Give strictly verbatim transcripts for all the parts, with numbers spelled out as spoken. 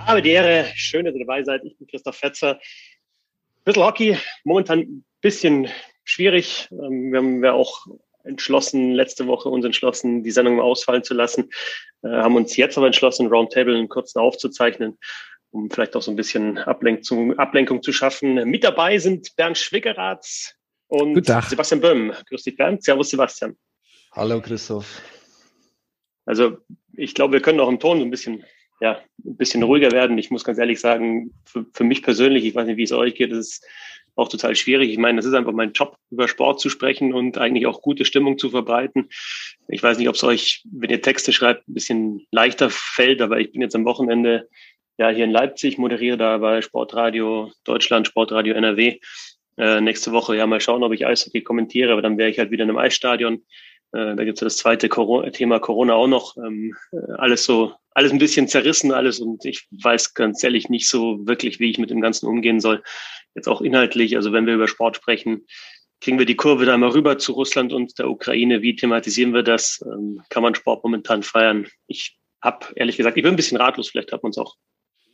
Habe die Ehre, schön, dass ihr dabei seid. Ich bin Christoph Fetzer. Ein bisschen Hockey, momentan ein bisschen schwierig. Wir haben ja auch entschlossen, letzte Woche uns entschlossen, die Sendung ausfallen zu lassen. Wir haben uns jetzt aber entschlossen, Roundtable einen kurzen aufzuzeichnen, um vielleicht auch so ein bisschen Ablenkung, Ablenkung zu schaffen. Mit dabei sind Bernd Schwickerath und Sebastian Böhm. Grüß dich, Bernd. Servus, Sebastian. Hallo, Christoph. Also ich glaube, wir können auch im Ton so ein bisschen, ja, ein bisschen ruhiger werden. Ich muss ganz ehrlich sagen, für, für mich persönlich, ich weiß nicht, wie es euch geht, das ist auch total schwierig. Ich meine, das ist einfach mein Job, über Sport zu sprechen und eigentlich auch gute Stimmung zu verbreiten. Ich weiß nicht, ob es euch, wenn ihr Texte schreibt, ein bisschen leichter fällt, aber ich bin jetzt am Wochenende ja hier in Leipzig, moderiere da bei Sportradio Deutschland, Sportradio N R W. Äh, nächste Woche, ja, mal schauen, ob ich Eishockey kommentiere, aber dann wäre ich halt wieder in einem Eisstadion. Äh, da gibt's ja das zweite Corona- Thema Corona auch noch. Ähm, alles so, alles ein bisschen zerrissen, alles, und ich weiß ganz ehrlich nicht so wirklich, wie ich mit dem Ganzen umgehen soll. Jetzt auch inhaltlich, also wenn wir über Sport sprechen, kriegen wir die Kurve da mal rüber zu Russland und der Ukraine. Wie thematisieren wir das? Ähm, kann man Sport momentan feiern? Ich habe ehrlich gesagt, ich bin ein bisschen ratlos, vielleicht hat man es auch.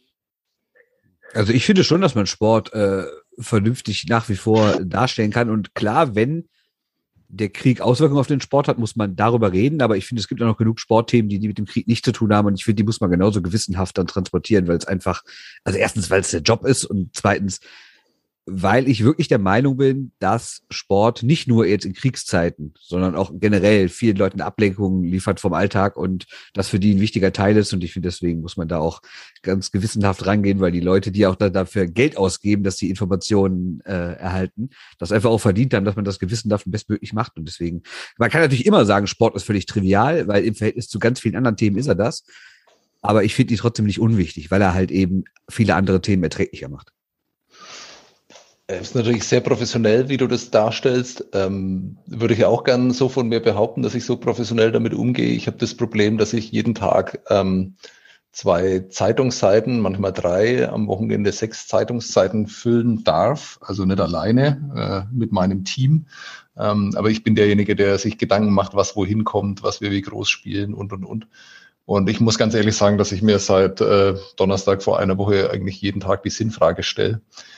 Also ich finde schon, dass man Sport äh, vernünftig nach wie vor darstellen kann. Und klar, wenn der Krieg Auswirkungen auf den Sport hat, muss man darüber reden. Aber ich finde, es gibt auch noch genug Sportthemen, die, die mit dem Krieg nichts zu tun haben. Und ich finde, die muss man genauso gewissenhaft dann transportieren, weil es einfach, also erstens, weil es der Job ist und zweitens, weil ich wirklich der Meinung bin, dass Sport nicht nur jetzt in Kriegszeiten, sondern auch generell vielen Leuten Ablenkungen liefert vom Alltag und das für die ein wichtiger Teil ist. Und ich finde, deswegen muss man da auch ganz gewissenhaft rangehen, weil die Leute, die auch da dafür Geld ausgeben, dass die Informationen äh, erhalten, das einfach auch verdient haben, dass man das gewissenhaft und bestmöglich macht. Und deswegen, man kann natürlich immer sagen, Sport ist völlig trivial, weil im Verhältnis zu ganz vielen anderen Themen ist er das. Aber ich finde ihn trotzdem nicht unwichtig, weil er halt eben viele andere Themen erträglicher macht. Es ist natürlich sehr professionell, wie du das darstellst. Ähm, würde ich auch gern so von mir behaupten, dass ich so professionell damit umgehe. Ich habe das Problem, dass ich jeden Tag ähm, zwei Zeitungsseiten, manchmal drei, am Wochenende sechs Zeitungsseiten füllen darf. Also nicht alleine, äh, mit meinem Team. Ähm, aber ich bin derjenige, der sich Gedanken macht, was wohin kommt, was wir wie groß spielen und, und, und. Und ich muss ganz ehrlich sagen, dass ich mir seit äh, Donnerstag vor einer Woche eigentlich jeden Tag die Sinnfrage stelle.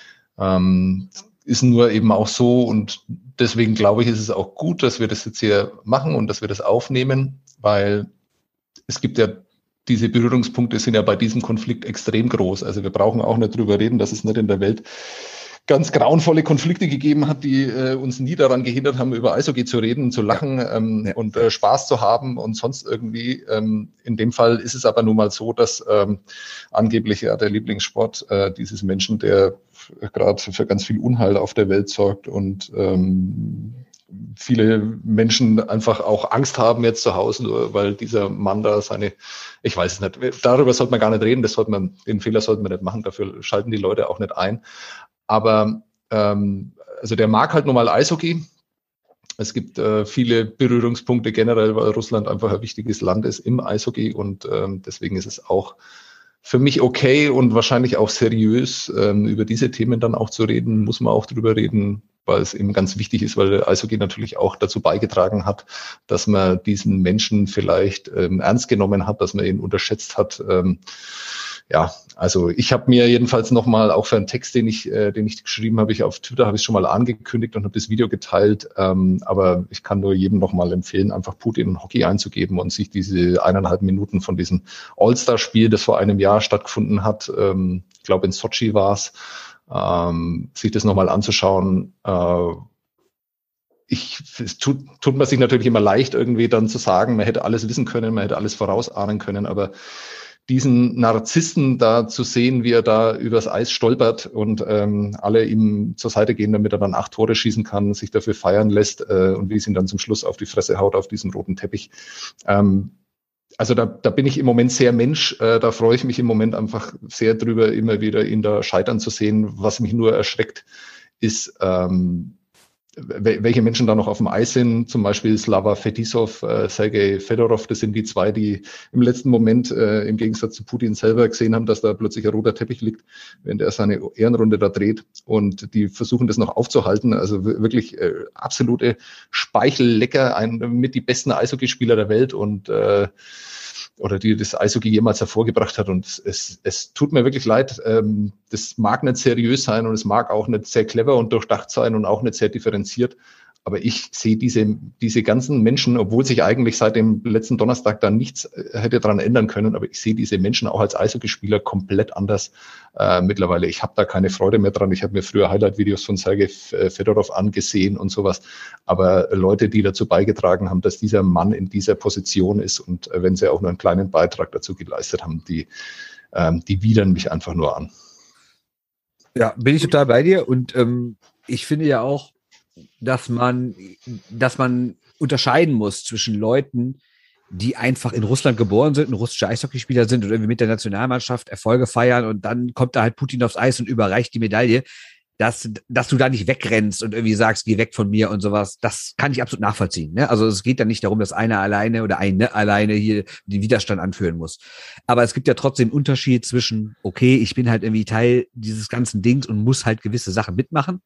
Ähm, ist nur eben auch so, und deswegen glaube ich, ist es auch gut, dass wir das jetzt hier machen und dass wir das aufnehmen, weil es gibt ja, diese Berührungspunkte sind ja bei diesem Konflikt extrem groß. Also wir brauchen auch nicht drüber reden, dass es nicht in der Welt ganz grauenvolle Konflikte gegeben hat, die äh, uns nie daran gehindert haben, über Eishockey zu reden, zu lachen ja. ähm, ja. und äh, Spaß zu haben und sonst irgendwie. Ähm, in dem Fall ist es aber nun mal so, dass ähm, angeblich ja der Lieblingssport äh, dieses Menschen, der gerade für ganz viel Unheil auf der Welt sorgt und ähm, viele Menschen einfach auch Angst haben jetzt zu Hause, nur weil dieser Mann da seine, ich weiß es nicht, darüber sollte man gar nicht reden, das sollte man, den Fehler sollte man nicht machen, dafür schalten die Leute auch nicht ein. Aber ähm, also der mag halt nun mal Eishockey. Es gibt äh, viele Berührungspunkte generell, weil Russland einfach ein wichtiges Land ist im Eishockey, und ähm, deswegen ist es auch für mich okay und wahrscheinlich auch seriös, ähm, über diese Themen dann auch zu reden, muss man auch drüber reden, weil es eben ganz wichtig ist, weil der Eishockey natürlich auch dazu beigetragen hat, dass man diesen Menschen vielleicht ähm, ernst genommen hat, dass man ihn unterschätzt hat. Ähm, ja, also ich habe mir jedenfalls nochmal, auch für einen Text, den ich, äh, den ich geschrieben habe, ich auf Twitter habe ich schon mal angekündigt und habe das Video geteilt. Ähm, aber ich kann nur jedem nochmal empfehlen, einfach Putin und Hockey einzugeben und sich diese eineinhalb Minuten von diesem All-Star-Spiel, das vor einem Jahr stattgefunden hat, ähm, ich glaube in Sochi war es, ähm, sich das nochmal anzuschauen. Äh, Ich, es tut, tut man sich natürlich immer leicht, irgendwie dann zu sagen, man hätte alles wissen können, man hätte alles vorausahnen können, aber diesen Narzissten da zu sehen, wie er da übers Eis stolpert und ähm, alle ihm zur Seite gehen, damit er dann acht Tore schießen kann, sich dafür feiern lässt äh, und wie es ihn dann zum Schluss auf die Fresse haut auf diesem roten Teppich. Ähm, also da, da bin ich im Moment sehr Mensch, äh, da freue ich mich im Moment einfach sehr drüber, immer wieder ihn da scheitern zu sehen. Was mich nur erschreckt, ist, ähm, welche Menschen da noch auf dem Eis sind, zum Beispiel Slava Fetisov, äh, Sergei Fedorov, das sind die zwei, die im letzten Moment äh, im Gegensatz zu Putin selber gesehen haben, dass da plötzlich ein roter Teppich liegt, während er seine Ehrenrunde da dreht, und die versuchen das noch aufzuhalten. Also wirklich äh, absolute Speichellecker, ein, mit die besten Eishockeyspieler der Welt, und äh, oder die das Eishockey jemals hervorgebracht hat. Und es, es tut mir wirklich leid. Ähm, das mag nicht seriös sein und es mag auch nicht sehr clever und durchdacht sein und auch nicht sehr differenziert. Aber ich sehe diese, diese ganzen Menschen, obwohl sich eigentlich seit dem letzten Donnerstag da nichts hätte dran ändern können, aber ich sehe diese Menschen auch als Eishockeyspieler komplett anders äh, mittlerweile. Ich habe da keine Freude mehr dran. Ich habe mir früher Highlight-Videos von Sergei Fedorov angesehen und sowas. Aber Leute, die dazu beigetragen haben, dass dieser Mann in dieser Position ist und äh, wenn sie auch nur einen kleinen Beitrag dazu geleistet haben, die, ähm, die widern mich einfach nur an. Ja, bin ich total bei dir. Und ähm, ich finde ja auch, dass man, dass man unterscheiden muss zwischen Leuten, die einfach in Russland geboren sind, ein russischer Eishockeyspieler sind und irgendwie mit der Nationalmannschaft Erfolge feiern und dann kommt da halt Putin aufs Eis und überreicht die Medaille, dass, dass du da nicht wegrennst und irgendwie sagst, geh weg von mir und sowas. Das kann ich absolut nachvollziehen. Ne? Also es geht dann nicht darum, dass einer alleine oder eine alleine hier den Widerstand anführen muss. Aber es gibt ja trotzdem einen Unterschied zwischen, okay, ich bin halt irgendwie Teil dieses ganzen Dings und muss halt gewisse Sachen mitmachen,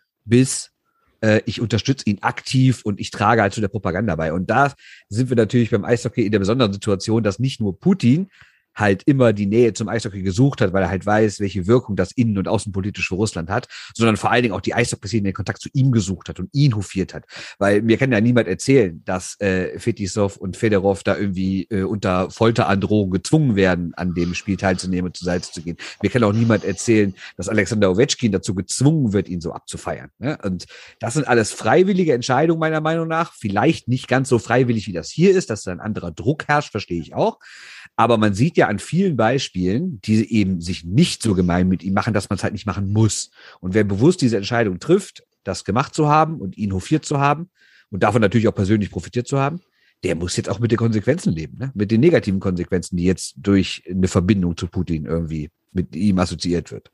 bis ich unterstütze ihn aktiv und ich trage halt zu der Propaganda bei. Und da sind wir natürlich beim Eishockey in der besonderen Situation, dass nicht nur Putin halt immer die Nähe zum Eishockey gesucht hat, weil er halt weiß, welche Wirkung das innen- und außenpolitisch für Russland hat, sondern vor allen Dingen auch die Eishockey-Szene den Kontakt zu ihm gesucht hat und ihn hofiert hat. Weil mir kann ja niemand erzählen, dass äh, Fetisov und Fedorov da irgendwie äh, unter Folterandrohung gezwungen werden, an dem Spiel teilzunehmen und zur Seite zu gehen. Mir kann auch niemand erzählen, dass Alexander Ovechkin dazu gezwungen wird, ihn so abzufeiern. Ne? Und das sind alles freiwillige Entscheidungen meiner Meinung nach. Vielleicht nicht ganz so freiwillig, wie das hier ist, dass da ein anderer Druck herrscht, verstehe ich auch. Aber man sieht ja an vielen Beispielen, die eben sich nicht so gemein mit ihm machen, dass man es halt nicht machen muss. Und wer bewusst diese Entscheidung trifft, das gemacht zu haben und ihn hofiert zu haben und davon natürlich auch persönlich profitiert zu haben, der muss jetzt auch mit den Konsequenzen leben, ne? Mit den negativen Konsequenzen, die jetzt durch eine Verbindung zu Putin irgendwie mit ihm assoziiert wird.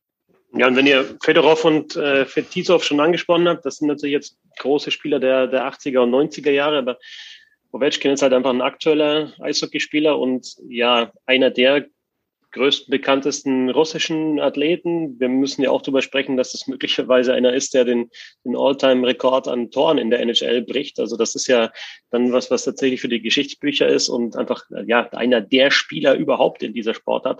Ja, und wenn ihr Fedorov und äh, Fetisov schon angesprochen habt, das sind natürlich jetzt große Spieler der, der achtziger und neunziger Jahre, aber Ovechkin ist halt einfach ein aktueller Eishockeyspieler und ja, einer der größten, bekanntesten russischen Athleten. Wir müssen ja auch darüber sprechen, dass das möglicherweise einer ist, der den, den All-Time-Rekord an Toren in der N H L bricht. Also das ist ja dann was, was tatsächlich für die Geschichtsbücher ist und einfach ja einer der Spieler überhaupt in dieser Sportart.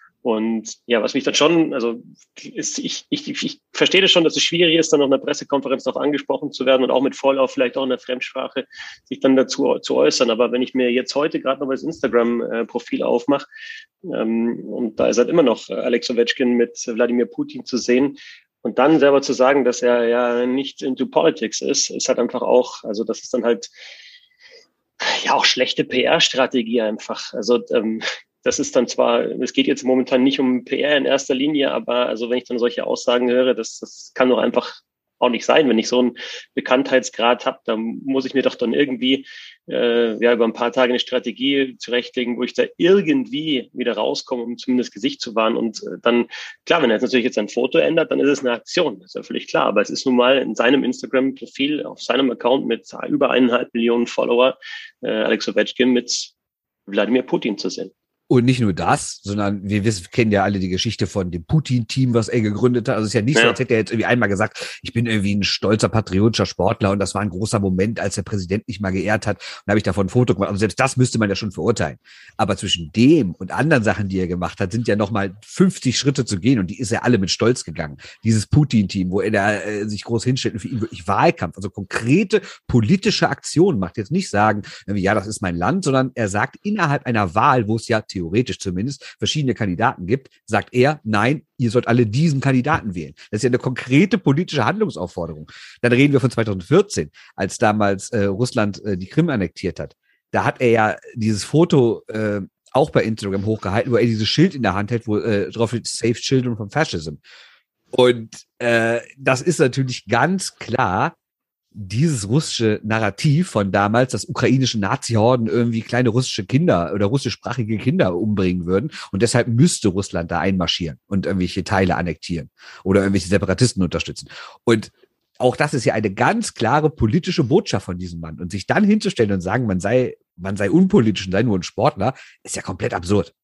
Und ja, was mich dann schon, also ist, ich, ich, ich verstehe das schon, dass es schwierig ist, dann auf einer Pressekonferenz darauf angesprochen zu werden und auch mit Vorlauf vielleicht auch in der Fremdsprache sich dann dazu zu äußern. Aber wenn ich mir jetzt heute gerade noch das Instagram-Profil aufmache, ähm, und da ist halt immer noch Alex Ovechkin mit Wladimir Putin zu sehen, und dann selber zu sagen, dass er ja nicht into politics ist, ist halt einfach auch, also das ist dann halt ja auch schlechte P R-Strategie einfach. Also ähm, das ist dann zwar, es geht jetzt momentan nicht um P R in erster Linie, aber also wenn ich dann solche Aussagen höre, das, das kann doch einfach auch nicht sein. Wenn ich so einen Bekanntheitsgrad habe, dann muss ich mir doch dann irgendwie äh, ja über ein paar Tage eine Strategie zurechtlegen, wo ich da irgendwie wieder rauskomme, um zumindest Gesicht zu wahren. Und äh, dann, klar, wenn er jetzt natürlich jetzt ein Foto ändert, dann ist es eine Aktion, das ist ja völlig klar. Aber es ist nun mal in seinem Instagram-Profil, auf seinem Account mit über eineinhalb Millionen Follower, äh, Alex Ovechkin mit Wladimir Putin zu sehen. Und nicht nur das, sondern wir wissen, kennen ja alle die Geschichte von dem Putin-Team, was er gegründet hat. Also es ist ja nicht ja. so, als hätte er jetzt irgendwie einmal gesagt, ich bin irgendwie ein stolzer, patriotischer Sportler und das war ein großer Moment, als der Präsident mich mal geehrt hat. Und da habe ich davon ein Foto gemacht. Also selbst das müsste man ja schon verurteilen. Aber zwischen dem und anderen Sachen, die er gemacht hat, sind ja nochmal fünfzig Schritte zu gehen und die ist er alle mit Stolz gegangen. Dieses Putin-Team, wo er da äh, sich groß hinstellt und für ihn wirklich Wahlkampf, also konkrete politische Aktionen macht. Jetzt nicht sagen, ja, das ist mein Land, sondern er sagt innerhalb einer Wahl, wo es ja theoretisch zumindest verschiedene Kandidaten gibt, sagt er, nein, ihr sollt alle diesen Kandidaten wählen. Das ist ja eine konkrete politische Handlungsaufforderung. Dann reden wir von zweitausendvierzehn, als damals äh, Russland äh, die Krim annektiert hat. Da hat er ja dieses Foto äh, auch bei Instagram hochgehalten, wo er dieses Schild in der Hand hält, wo äh, drauf steht, Save Children from Fascism. Und äh, das ist natürlich ganz klar dieses russische Narrativ von damals, dass ukrainische Nazi-Horden irgendwie kleine russische Kinder oder russischsprachige Kinder umbringen würden und deshalb müsste Russland da einmarschieren und irgendwelche Teile annektieren oder irgendwelche Separatisten unterstützen. Und auch das ist ja eine ganz klare politische Botschaft von diesem Mann. Und sich dann hinzustellen und sagen, man sei, man sei unpolitisch und sei nur ein Sportler, ist ja komplett absurd.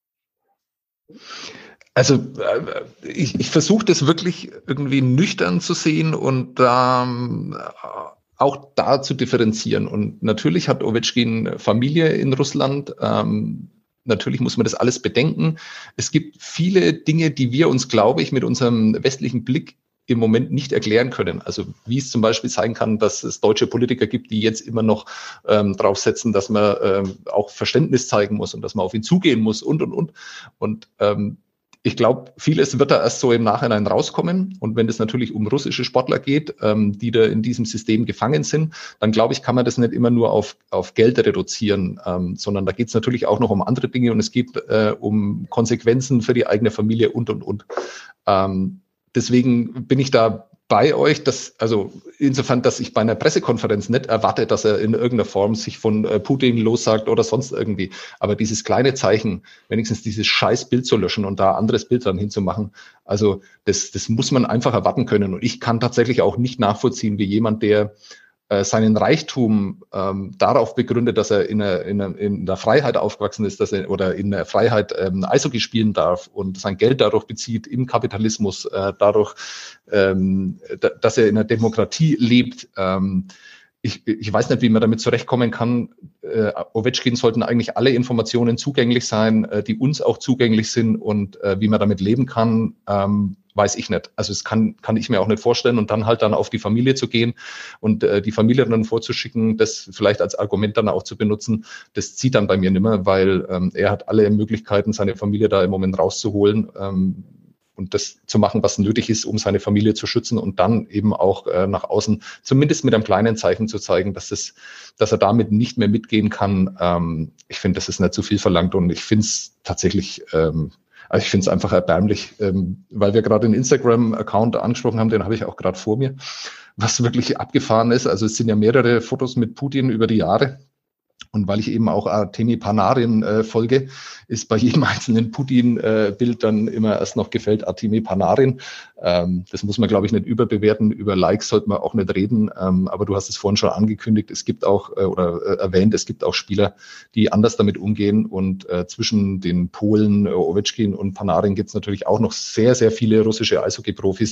Also ich, ich versuche das wirklich irgendwie nüchtern zu sehen und ähm, auch da zu differenzieren. Und natürlich hat Ovechkin Familie in Russland. Ähm, natürlich muss man das alles bedenken. Es gibt viele Dinge, die wir uns, glaube ich, mit unserem westlichen Blick im Moment nicht erklären können. Also wie es zum Beispiel sein kann, dass es deutsche Politiker gibt, die jetzt immer noch ähm, draufsetzen, dass man ähm, auch Verständnis zeigen muss und dass man auf ihn zugehen muss und, und, und. Und ähm, ich glaube, vieles wird da erst so im Nachhinein rauskommen. Und wenn es natürlich um russische Sportler geht, ähm, die da in diesem System gefangen sind, dann glaube ich, kann man das nicht immer nur auf, auf Geld reduzieren, ähm, sondern da geht es natürlich auch noch um andere Dinge und es geht äh, um Konsequenzen für die eigene Familie und, und, und. Ähm, Deswegen bin ich da bei euch, dass, also insofern, dass ich bei einer Pressekonferenz nicht erwarte, dass er in irgendeiner Form sich von äh, Putin lossagt oder sonst irgendwie. Aber dieses kleine Zeichen, wenigstens dieses scheiß Bild zu löschen und da anderes Bild dran hinzumachen, also das, das muss man einfach erwarten können. Und ich kann tatsächlich auch nicht nachvollziehen, wie jemand, der äh, seinen Reichtum ähm, darauf begründet, dass er in, einer, in, einer, in der Freiheit aufgewachsen ist, dass er oder in der Freiheit ähm, Eishockey spielen darf und sein Geld dadurch bezieht im Kapitalismus, äh, dadurch, ähm, da, dass er in einer Demokratie lebt. Ähm, ich, ich weiß nicht, wie man damit zurechtkommen kann. Äh, Ovechkin sollten eigentlich alle Informationen zugänglich sein, äh, die uns auch zugänglich sind und äh, wie man damit leben kann, ähm, weiß ich nicht. Also es kann kann ich mir auch nicht vorstellen und dann halt dann auf die Familie zu gehen und äh, die Familie dann vorzuschicken, das vielleicht als Argument dann auch zu benutzen, das zieht dann bei mir nicht mehr, weil ähm, er hat alle Möglichkeiten, seine Familie da im Moment rauszuholen ähm, und das zu machen, was nötig ist, um seine Familie zu schützen und dann eben auch äh, nach außen zumindest mit einem kleinen Zeichen zu zeigen, dass es, dass er damit nicht mehr mitgehen kann. Ähm, ich finde, das ist nicht zu viel verlangt und ich finde es tatsächlich ähm, Also ich finde es einfach erbärmlich, ähm, weil wir gerade den Instagram-Account angesprochen haben, den habe ich auch gerade vor mir, was wirklich abgefahren ist. Also es sind ja mehrere Fotos mit Putin über die Jahre. Und weil ich eben auch Artemi Panarin äh, folge, ist bei jedem einzelnen Putin-Bild äh, dann immer erst noch gefällt Artemi Panarin. Ähm, das muss man, glaube ich, nicht überbewerten. Über Likes sollte man auch nicht reden. Ähm, aber du hast es vorhin schon angekündigt. Es gibt auch äh, oder äh, erwähnt, es gibt auch Spieler, die anders damit umgehen. Und äh, zwischen den Polen, äh, Ovechkin und Panarin gibt es natürlich auch noch sehr, sehr viele russische Eishockey-Profis,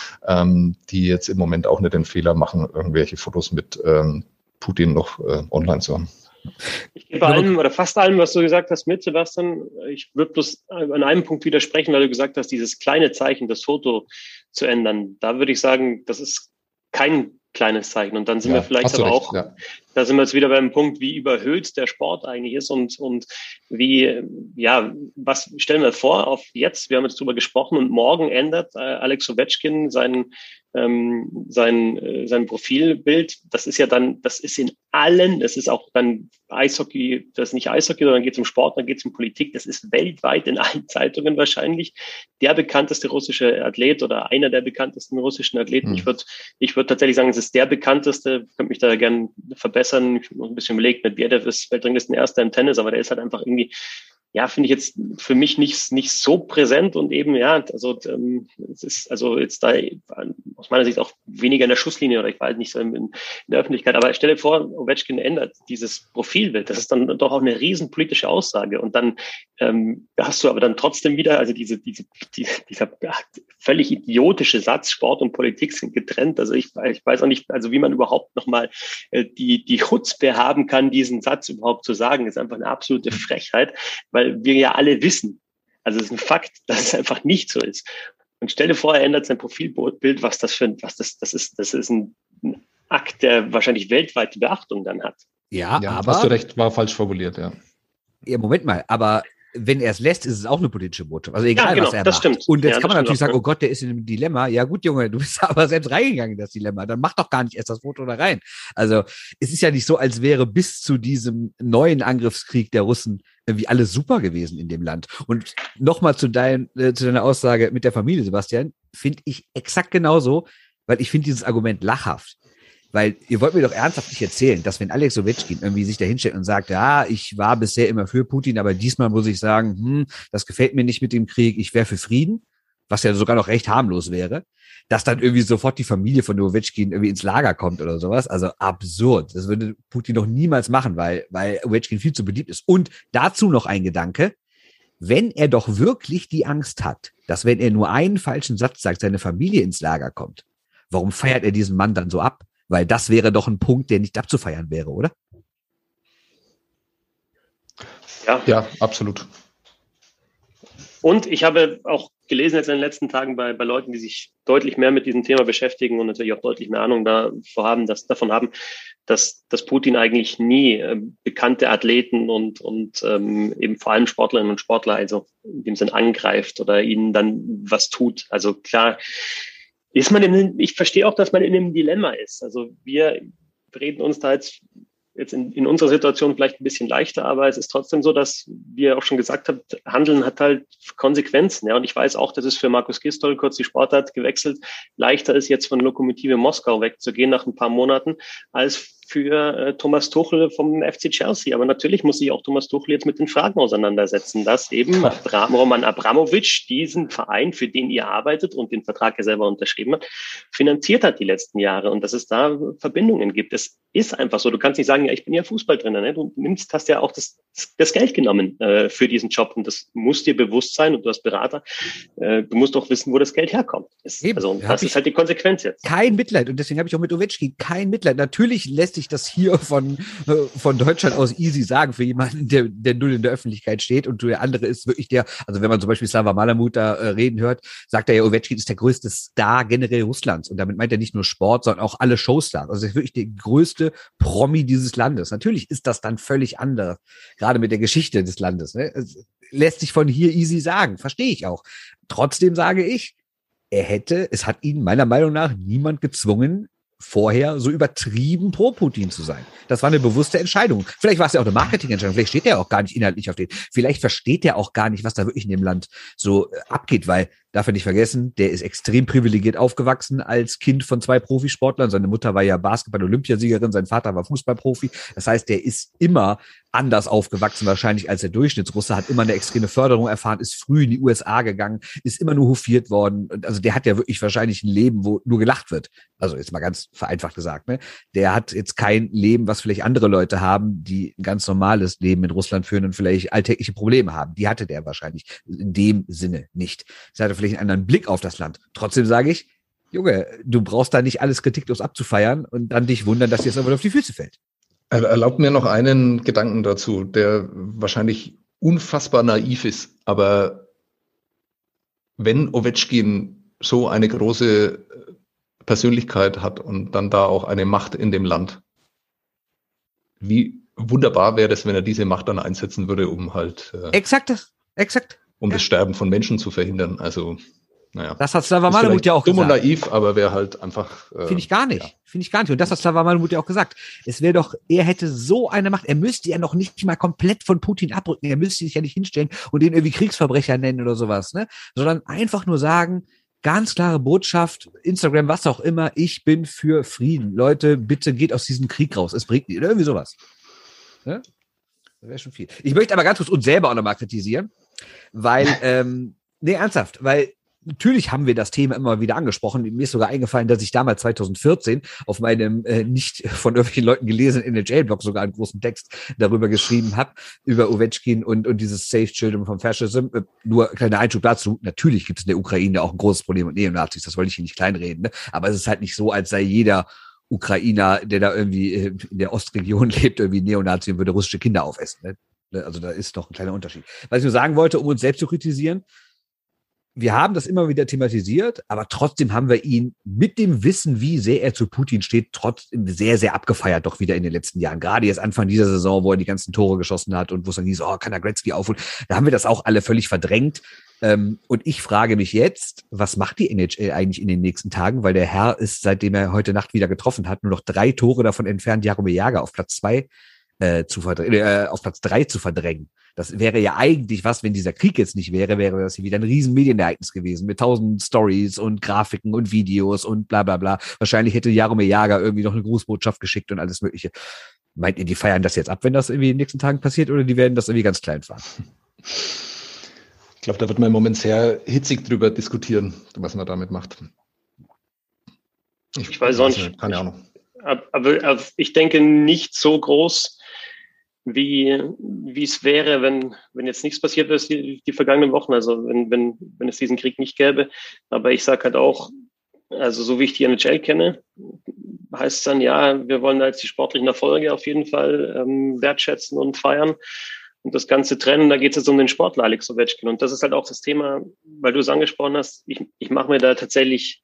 ähm, die jetzt im Moment auch nicht den Fehler machen, irgendwelche Fotos mit ähm, Putin noch äh, online zu haben. Ich gebe allem oder fast allem, was du gesagt hast, mit, Sebastian. Ich würde bloß an einem Punkt widersprechen, weil du gesagt hast, dieses kleine Zeichen, das Foto zu ändern. Da würde ich sagen, das ist kein kleines Zeichen. Und dann sind ja, wir vielleicht aber recht, auch, ja. Da sind wir jetzt wieder beim Punkt, wie überhöht der Sport eigentlich ist und, und wie, ja, was stellen wir vor auf jetzt, wir haben jetzt drüber gesprochen und morgen ändert äh, Alex Ovechkin sein, ähm, sein, äh, sein Profilbild. Das ist ja dann, das ist in allen, das ist auch dann Eishockey, das ist nicht Eishockey, sondern geht es um Sport, dann geht es um Politik. Das ist weltweit in allen Zeitungen wahrscheinlich der bekannteste russische Athlet oder einer der bekanntesten russischen Athleten. Mhm. Ich würde, ich würde tatsächlich sagen, es ist der bekannteste. Ich könnte mich da gerne verbessern. Ich habe noch ein bisschen überlegt, Medvedev ist Weltranglistenerster im Tennis, aber der ist halt einfach irgendwie, ja, finde ich jetzt für mich nicht, nicht so präsent und eben, ja, also ähm, es ist also jetzt da aus meiner Sicht auch weniger in der Schusslinie oder ich war halt nicht so in, in der Öffentlichkeit, aber stell dir vor, Ovechkin ändert dieses Profilbild, das ist dann doch auch eine riesen politische Aussage und dann ähm, hast du aber dann trotzdem wieder, also diese, diese, die, dieser völlig idiotische Satz, Sport und Politik sind getrennt, also ich, ich weiß auch nicht, also wie man überhaupt nochmal äh, die, die Chutzpe haben kann, diesen Satz überhaupt zu sagen, ist einfach eine absolute Frechheit, weil wir ja alle wissen, also es ist ein Fakt, dass es einfach nicht so ist. Und stell dir vor, er ändert sein Profilbild, was das für ein, was das, das ist, das ist ein, ein Akt, der wahrscheinlich weltweite Beachtung dann hat. Ja, ja, aber. Hast du recht, war falsch formuliert, ja. Ja, Moment mal, aber wenn er es lässt, ist es auch eine politische Botschaft. Also egal, ja, genau, was er das macht. Stimmt. Und jetzt ja, kann man natürlich auch, sagen, oh Gott, der ist in einem Dilemma. Ja gut, Junge, du bist aber selbst reingegangen in das Dilemma. Dann mach doch gar nicht erst das Foto da rein. Also es ist ja nicht so, als wäre bis zu diesem neuen Angriffskrieg der Russen irgendwie alles super gewesen in dem Land. Und nochmal zu, dein, äh, zu deiner Aussage mit der Familie, Sebastian, finde ich exakt genauso, weil ich finde dieses Argument lachhaft. Weil ihr wollt mir doch ernsthaft nicht erzählen, dass wenn Alex Ovechkin irgendwie sich da hinstellt und sagt, ja, ich war bisher immer für Putin, aber diesmal muss ich sagen, hm, das gefällt mir nicht mit dem Krieg, ich wäre für Frieden, was ja sogar noch recht harmlos wäre, dass dann irgendwie sofort die Familie von Ovechkin irgendwie ins Lager kommt oder sowas. Also absurd. Das würde Putin noch niemals machen, weil, weil Ovechkin viel zu beliebt ist. Und dazu noch ein Gedanke, wenn er doch wirklich die Angst hat, dass wenn er nur einen falschen Satz sagt, seine Familie ins Lager kommt, warum feiert er diesen Mann dann so ab? Weil das wäre doch ein Punkt, der nicht abzufeiern wäre, oder? Ja, ja, absolut. Und ich habe auch gelesen jetzt in den letzten Tagen bei, bei Leuten, die sich deutlich mehr mit diesem Thema beschäftigen und natürlich auch deutlich mehr Ahnung davon haben, dass, davon haben, dass, dass Putin eigentlich nie äh, bekannte Athleten und, und ähm, eben vor allem Sportlerinnen und Sportler, also in dem Sinn angreift oder ihnen dann was tut. Also klar, ist man in, ich verstehe auch, dass man in einem Dilemma ist. Also wir reden uns da jetzt Jetzt in, in unserer Situation vielleicht ein bisschen leichter, aber es ist trotzdem so, dass, wie ihr auch schon gesagt habt, Handeln hat halt Konsequenzen. Ja, und ich weiß auch, dass es für Markus Gisdol, kurz die Sportart gewechselt, leichter ist, jetzt von Lokomotive Moskau wegzugehen nach ein paar Monaten, als für äh, Thomas Tuchel vom F C Chelsea. Aber natürlich muss sich auch Thomas Tuchel jetzt mit den Fragen auseinandersetzen, dass eben Abram, Roman Abramovich diesen Verein, für den ihr arbeitet und den Vertrag ja selber unterschrieben hat, finanziert hat die letzten Jahre und dass es da Verbindungen gibt. Es ist einfach so. Du kannst nicht sagen, ja, ich bin ja Fußballtrainer. Ne? Du nimmst, hast ja auch das, das Geld genommen äh, für diesen Job und das muss dir bewusst sein und du als Berater, äh, du musst doch wissen, wo das Geld herkommt. Es, also das ist halt die Konsequenz jetzt. Kein Mitleid und deswegen habe ich auch mit Ovechkin kein Mitleid. Natürlich lässt sich das hier von, von Deutschland aus easy sagen für jemanden, der, der null in der Öffentlichkeit steht und der andere ist wirklich der, also wenn man zum Beispiel Slava Malamud da äh, reden hört, sagt er ja, Ovechkin ist der größte Star generell Russlands und damit meint er nicht nur Sport, sondern auch alle Showstars. Also er ist wirklich der größte Promi dieses Landes. Natürlich ist das dann völlig anders, gerade mit der Geschichte des Landes. Ne? Es lässt sich von hier easy sagen, verstehe ich auch. Trotzdem sage ich, er hätte, es hat ihn meiner Meinung nach niemand gezwungen, vorher so übertrieben pro Putin zu sein. Das war eine bewusste Entscheidung. Vielleicht war es ja auch eine Marketingentscheidung. Vielleicht steht er auch gar nicht inhaltlich auf den. Vielleicht versteht er auch gar nicht, was da wirklich in dem Land so äh, abgeht, weil, darf er nicht vergessen, der ist extrem privilegiert aufgewachsen als Kind von zwei Profisportlern. Seine Mutter war ja Basketball-Olympiasiegerin, sein Vater war Fußballprofi. Das heißt, der ist immer anders aufgewachsen wahrscheinlich als der Durchschnittsrusse, hat immer eine extreme Förderung erfahren, ist früh in die U S A gegangen, ist immer nur hofiert worden. Also der hat ja wirklich wahrscheinlich ein Leben, wo nur gelacht wird. Also jetzt mal ganz vereinfacht gesagt. Ne? Der hat jetzt kein Leben, was vielleicht andere Leute haben, die ein ganz normales Leben in Russland führen und vielleicht alltägliche Probleme haben. Die hatte der wahrscheinlich in dem Sinne nicht. Das hatte vielleicht einen anderen Blick auf das Land. Trotzdem sage ich, Junge, du brauchst da nicht alles kritiklos abzufeiern und dann dich wundern, dass dir jetzt aber auf die Füße fällt. Erlaubt mir noch einen Gedanken dazu, der wahrscheinlich unfassbar naiv ist, aber wenn Ovechkin so eine große Persönlichkeit hat und dann da auch eine Macht in dem Land, wie wunderbar wäre es, wenn er diese Macht dann einsetzen würde, um halt äh, exakt das, exakt. um ja. das Sterben von Menschen zu verhindern. Also naja. Das hat Slava Malamud ja auch dumm gesagt. Dumm und naiv, aber wäre halt einfach... Äh, Finde ich gar nicht. Ja. Finde ich gar nicht. Und das hat Slava Malamud ja auch gesagt. Es wäre doch, er hätte so eine Macht, er müsste ja noch nicht mal komplett von Putin abrücken. Er müsste sich ja nicht hinstellen und den irgendwie Kriegsverbrecher nennen oder sowas, ne? Sondern einfach nur sagen, ganz klare Botschaft, Instagram, was auch immer, ich bin für Frieden. Leute, bitte geht aus diesem Krieg raus. Es bringt nicht. Oder irgendwie sowas. Ne? Das wäre schon viel. Ich möchte aber ganz kurz uns selber auch nochmal kritisieren, weil, ähm, nee, ernsthaft, weil natürlich haben wir das Thema immer wieder angesprochen. Mir ist sogar eingefallen, dass ich damals zwanzig vierzehn auf meinem äh, nicht von irgendwelchen Leuten gelesenen N H L-Blog sogar einen großen Text darüber geschrieben habe, über Ovechkin und, und dieses Save Children from Fascism. Äh, nur kleiner Einschub dazu. Natürlich gibt es in der Ukraine auch ein großes Problem mit Neonazis. Das wollte ich hier nicht kleinreden. Ne? Aber es ist halt nicht so, als sei jeder Ukrainer, der da irgendwie äh, in der Ostregion lebt, irgendwie Neonazi und würde russische Kinder aufessen. Ne? Also da ist doch ein kleiner Unterschied. Was ich nur sagen wollte, um uns selbst zu kritisieren, wir haben das immer wieder thematisiert, aber trotzdem haben wir ihn mit dem Wissen, wie sehr er zu Putin steht, trotzdem sehr, sehr abgefeiert doch wieder in den letzten Jahren. Gerade jetzt Anfang dieser Saison, wo er die ganzen Tore geschossen hat und wo es dann hieß, oh, kann er Gretzky aufholen. Da haben wir das auch alle völlig verdrängt. Und ich frage mich jetzt, was macht die N H L eigentlich in den nächsten Tagen? Weil der Herr ist, seitdem er heute Nacht wieder getroffen hat, nur noch drei Tore davon entfernt, Jaromir Jagr auf Platz zwei äh, zu verdrängen, äh, auf Platz drei zu verdrängen. Das wäre ja eigentlich was, wenn dieser Krieg jetzt nicht wäre, wäre das hier wieder ein riesen Medienereignis gewesen mit tausend Stories und Grafiken und Videos und bla bla bla. Wahrscheinlich hätte Jaromir Jagr irgendwie noch eine Grußbotschaft geschickt und alles mögliche. Meint ihr, die feiern das jetzt ab, wenn das irgendwie in den nächsten Tagen passiert, oder die werden das irgendwie ganz klein fahren? Ich glaube, da wird man im Moment sehr hitzig drüber diskutieren, was man damit macht. Ich, ich weiß auch nicht. Keine Ahnung. Aber, aber ich denke nicht so groß, wie wie es wäre, wenn wenn jetzt nichts passiert ist die, die vergangenen Wochen, also wenn wenn wenn es diesen Krieg nicht gäbe. Aber ich sage halt auch, also so wie ich die N H L kenne, heißt es dann, ja, wir wollen da jetzt die sportlichen Erfolge auf jeden Fall ähm, wertschätzen und feiern. und das Ganze trennen. Da geht es jetzt um den Sportler Alex Ovechkin. Und das ist halt auch das Thema, weil du es angesprochen hast. Ich, ich mache mir da tatsächlich,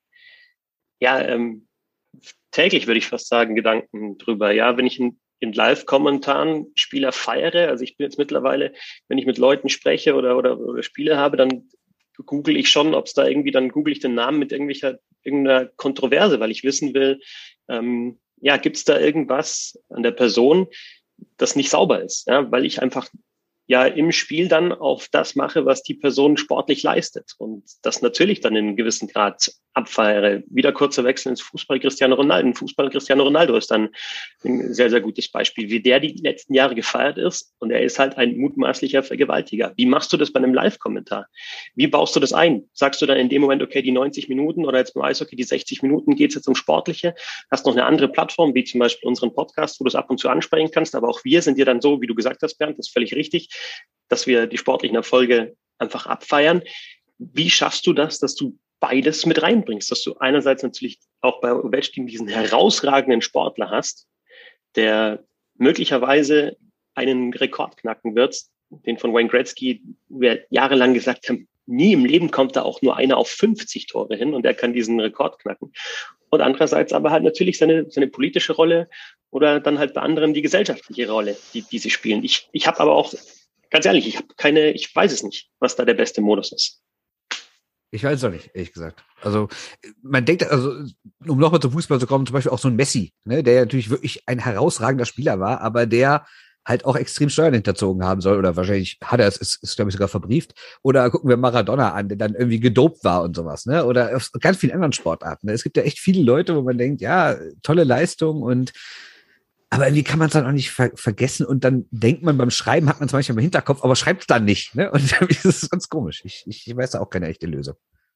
ja, ähm, täglich würde ich fast sagen, Gedanken drüber. Ja, wenn ich in, in Live-Kommentaren Spieler feiere, also ich bin jetzt mittlerweile, wenn ich mit Leuten spreche oder, oder, oder Spiele habe, dann google ich schon, ob es da irgendwie, dann google ich den Namen mit irgendwelcher, irgendeiner Kontroverse, weil ich wissen will, ähm, ja, gibt es da irgendwas an der Person, das nicht sauber ist, ja, weil ich einfach ja im Spiel dann auf das mache, was die Person sportlich leistet und das natürlich dann in einem gewissen Grad abfeiere. Wieder kurzer Wechsel ins Fußball. Cristiano Ronaldo. Im Fußball Cristiano Ronaldo ist dann ein sehr, sehr gutes Beispiel, wie der die letzten Jahre gefeiert ist und er ist halt ein mutmaßlicher Vergewaltiger. Wie machst du das bei einem Live-Kommentar? Wie baust du das ein? Sagst du dann in dem Moment, okay, die neunzig Minuten oder jetzt beim Eishockey die sechzig Minuten geht es jetzt um Sportliche? Hast noch eine andere Plattform, wie zum Beispiel unseren Podcast, wo du es ab und zu ansprechen kannst, aber auch wir sind dir dann so, wie du gesagt hast, Bernd, das ist völlig richtig, dass wir die sportlichen Erfolge einfach abfeiern. Wie schaffst du das, dass du beides mit reinbringst, dass du einerseits natürlich auch bei Ovechkin diesen herausragenden Sportler hast, der möglicherweise einen Rekord knacken wird, den von Wayne Gretzky, wir jahrelang gesagt haben, nie im Leben kommt da auch nur einer auf fünfzig Tore hin und er kann diesen Rekord knacken. Und andererseits aber halt natürlich seine, seine politische Rolle oder dann halt bei anderen die gesellschaftliche Rolle, die, die sie spielen. Ich, ich habe aber auch, ganz ehrlich, ich habe keine, ich weiß es nicht, was da der beste Modus ist. Ich weiß es doch nicht, ehrlich gesagt. Also man denkt, also um nochmal zum Fußball zu kommen, zum Beispiel auch so ein Messi, ne, der ja natürlich wirklich ein herausragender Spieler war, aber der halt auch extrem Steuern hinterzogen haben soll oder wahrscheinlich hat er es, ist, ist glaube ich sogar verbrieft. Oder gucken wir Maradona an, der dann irgendwie gedopt war und sowas, ne? Oder auf ganz vielen anderen Sportarten. Ne? Es gibt ja echt viele Leute, wo man denkt, ja, tolle Leistung und aber irgendwie kann man es dann auch nicht ver- vergessen und dann denkt man beim Schreiben, hat man es manchmal im Hinterkopf, aber schreibt es dann nicht. Ne? Und das ist ganz komisch. Ich, ich weiß da auch keine echte Lösung.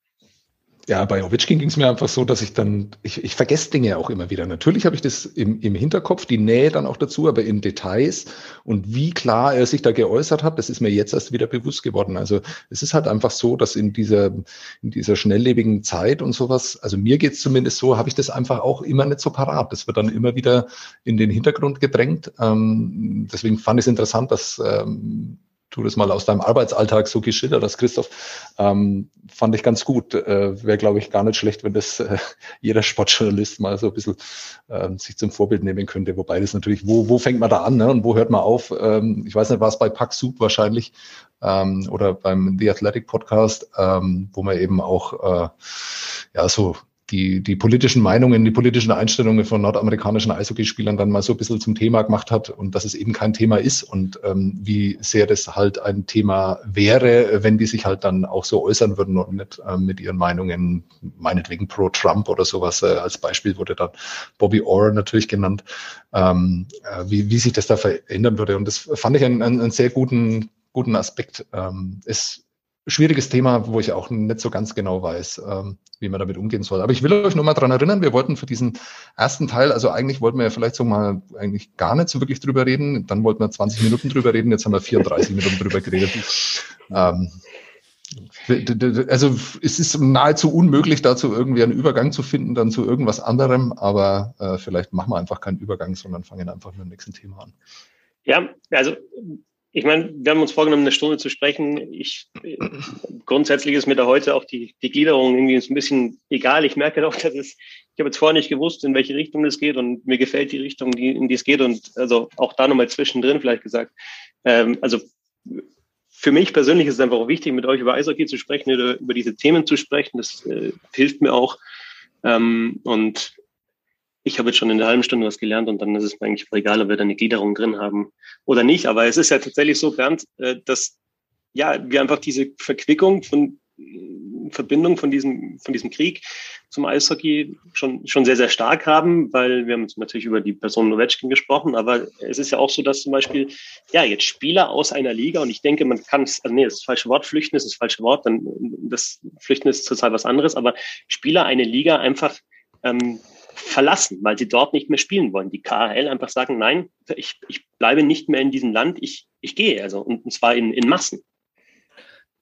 Ja, bei Ovechkin ging es mir einfach so, dass ich dann, ich, ich vergesse Dinge auch immer wieder. Natürlich habe ich das im, im Hinterkopf, die Nähe dann auch dazu, aber in Details und wie klar er sich da geäußert hat, das ist mir jetzt erst wieder bewusst geworden. Also es ist halt einfach so, dass in dieser, in dieser schnelllebigen Zeit und sowas, also mir geht's zumindest so, habe ich das einfach auch immer nicht so parat. Das wird dann immer wieder in den Hintergrund gedrängt. Ähm, deswegen fand ich es interessant, dass ähm, du das mal aus deinem Arbeitsalltag so geschildert hast, Christoph, ähm, fand ich ganz gut. Äh, Wäre, glaube ich, gar nicht schlecht, wenn das äh, jeder Sportjournalist mal so ein bisschen ähm, sich zum Vorbild nehmen könnte. Wobei das natürlich, wo, wo fängt man da an, ne? Und wo hört man auf? Ähm, ich weiß nicht, war es bei Puck Soup wahrscheinlich ähm, oder beim The Athletic Podcast, ähm, wo man eben auch äh, ja so die die politischen Meinungen, die politischen Einstellungen von nordamerikanischen Eishockeyspielern dann mal so ein bisschen zum Thema gemacht hat und dass es eben kein Thema ist und ähm, wie sehr das halt ein Thema wäre, wenn die sich halt dann auch so äußern würden und nicht ähm, mit ihren Meinungen, meinetwegen pro Trump oder sowas, äh, als Beispiel wurde dann Bobby Orr natürlich genannt, ähm, äh, wie, wie sich das da verändern würde. Und das fand ich einen, einen, einen sehr guten, guten Aspekt. Ähm, es schwieriges Thema, wo ich auch nicht so ganz genau weiß, ähm, wie man damit umgehen soll. Aber ich will euch nur mal dran erinnern, wir wollten für diesen ersten Teil, also eigentlich wollten wir ja vielleicht so mal eigentlich gar nicht so wirklich drüber reden, dann wollten wir zwanzig Minuten drüber reden, jetzt haben wir vierunddreißig Minuten drüber geredet. Ähm, also es ist nahezu unmöglich, dazu irgendwie einen Übergang zu finden, dann zu irgendwas anderem, aber äh, vielleicht machen wir einfach keinen Übergang, sondern fangen einfach mit dem nächsten Thema an. Ja, also ich meine, wir haben uns vorgenommen, eine Stunde zu sprechen. Ich, grundsätzlich ist mir da heute auch die, die Gliederung irgendwie ein bisschen egal. Ich merke doch, dass es, ich habe jetzt vorher nicht gewusst, in welche Richtung es geht und mir gefällt die Richtung, die, in die es geht und also auch da nochmal zwischendrin vielleicht gesagt. Ähm, also für mich persönlich ist es einfach auch wichtig, mit euch über Eishockey zu sprechen, oder über diese Themen zu sprechen. Das äh, hilft mir auch. Ähm, und ich habe jetzt schon in der halben Stunde was gelernt und dann ist es mir eigentlich egal, ob wir da eine Gliederung drin haben oder nicht. Aber es ist ja tatsächlich so, Bernd, dass ja wir einfach diese Verquickung von Verbindung von diesem von diesem Krieg zum Eishockey schon schon sehr, sehr stark haben, weil wir haben jetzt natürlich über die Person Ovechkin gesprochen, aber es ist ja auch so, dass zum Beispiel ja jetzt Spieler aus einer Liga, und ich denke, man kann es, also nee, das ist das falsche Wort, flüchten ist das falsche Wort, dann das Flüchten ist zurzeit was anderes, aber Spieler eine Liga einfach ähm, verlassen, weil sie dort nicht mehr spielen wollen. Die K H L einfach sagen, nein, ich, ich bleibe nicht mehr in diesem Land, ich, ich gehe, also und, und zwar in, in Massen.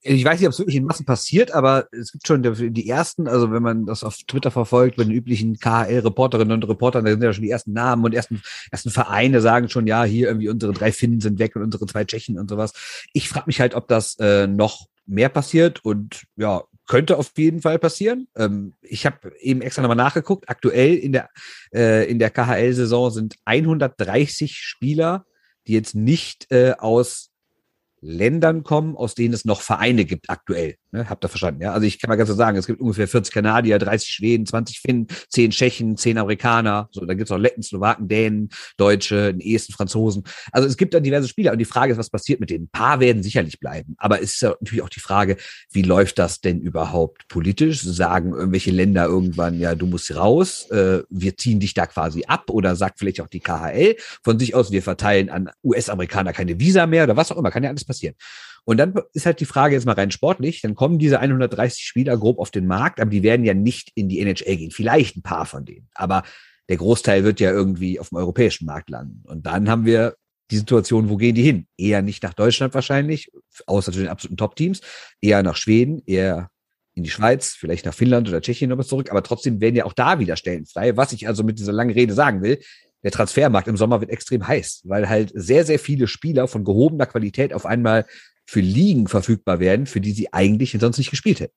Ich weiß nicht, ob es wirklich in Massen passiert, aber es gibt schon die ersten, also wenn man das auf Twitter verfolgt, bei den üblichen K H L-Reporterinnen und Reportern, da sind ja schon die ersten Namen und ersten, ersten Vereine sagen schon, ja, hier irgendwie unsere drei Finnen sind weg und unsere zwei Tschechen und sowas. Ich frage mich halt, ob das äh, noch mehr passiert und ja, könnte auf jeden Fall passieren. Ähm, ich habe eben extra nochmal nachgeguckt. Aktuell in der, äh, in der K H L-Saison sind hundertdreißig Spieler, die jetzt nicht äh, aus Ländern kommen, aus denen es noch Vereine gibt aktuell. Ne? Habt ihr verstanden? Ja, also ich kann mal ganz so sagen, es gibt ungefähr vierzig Kanadier, dreißig Schweden, zwanzig Finnen, zehn Tschechen, zehn Amerikaner. So, dann gibt's auch Letten, Slowaken, Dänen, Deutsche, einen Esten, Franzosen. Also es gibt dann diverse Spieler und die Frage ist, was passiert mit denen? Ein paar werden sicherlich bleiben, aber es ist ja natürlich auch die Frage, wie läuft das denn überhaupt politisch? Sagen irgendwelche Länder irgendwann, ja, du musst raus, äh, wir ziehen dich da quasi ab, oder sagt vielleicht auch die K H L von sich aus, wir verteilen an U S-Amerikaner keine Visa mehr oder was auch immer, kann ja alles passieren. Und dann ist halt die Frage jetzt mal rein sportlich, dann kommen diese hundertdreißig Spieler grob auf den Markt, aber die werden ja nicht in die N H L gehen, vielleicht ein paar von denen, aber der Großteil wird ja irgendwie auf dem europäischen Markt landen. Und dann haben wir die Situation, wo gehen die hin? Eher nicht nach Deutschland wahrscheinlich, außer zu den absoluten Top-Teams, eher nach Schweden, eher in die Schweiz, vielleicht nach Finnland oder Tschechien nochmal zurück, aber trotzdem werden ja auch da wieder Stellen frei. Was ich also mit dieser langen Rede sagen will, der Transfermarkt im Sommer wird extrem heiß, weil halt sehr, sehr viele Spieler von gehobener Qualität auf einmal für Ligen verfügbar werden, für die sie eigentlich sonst nicht gespielt hätten.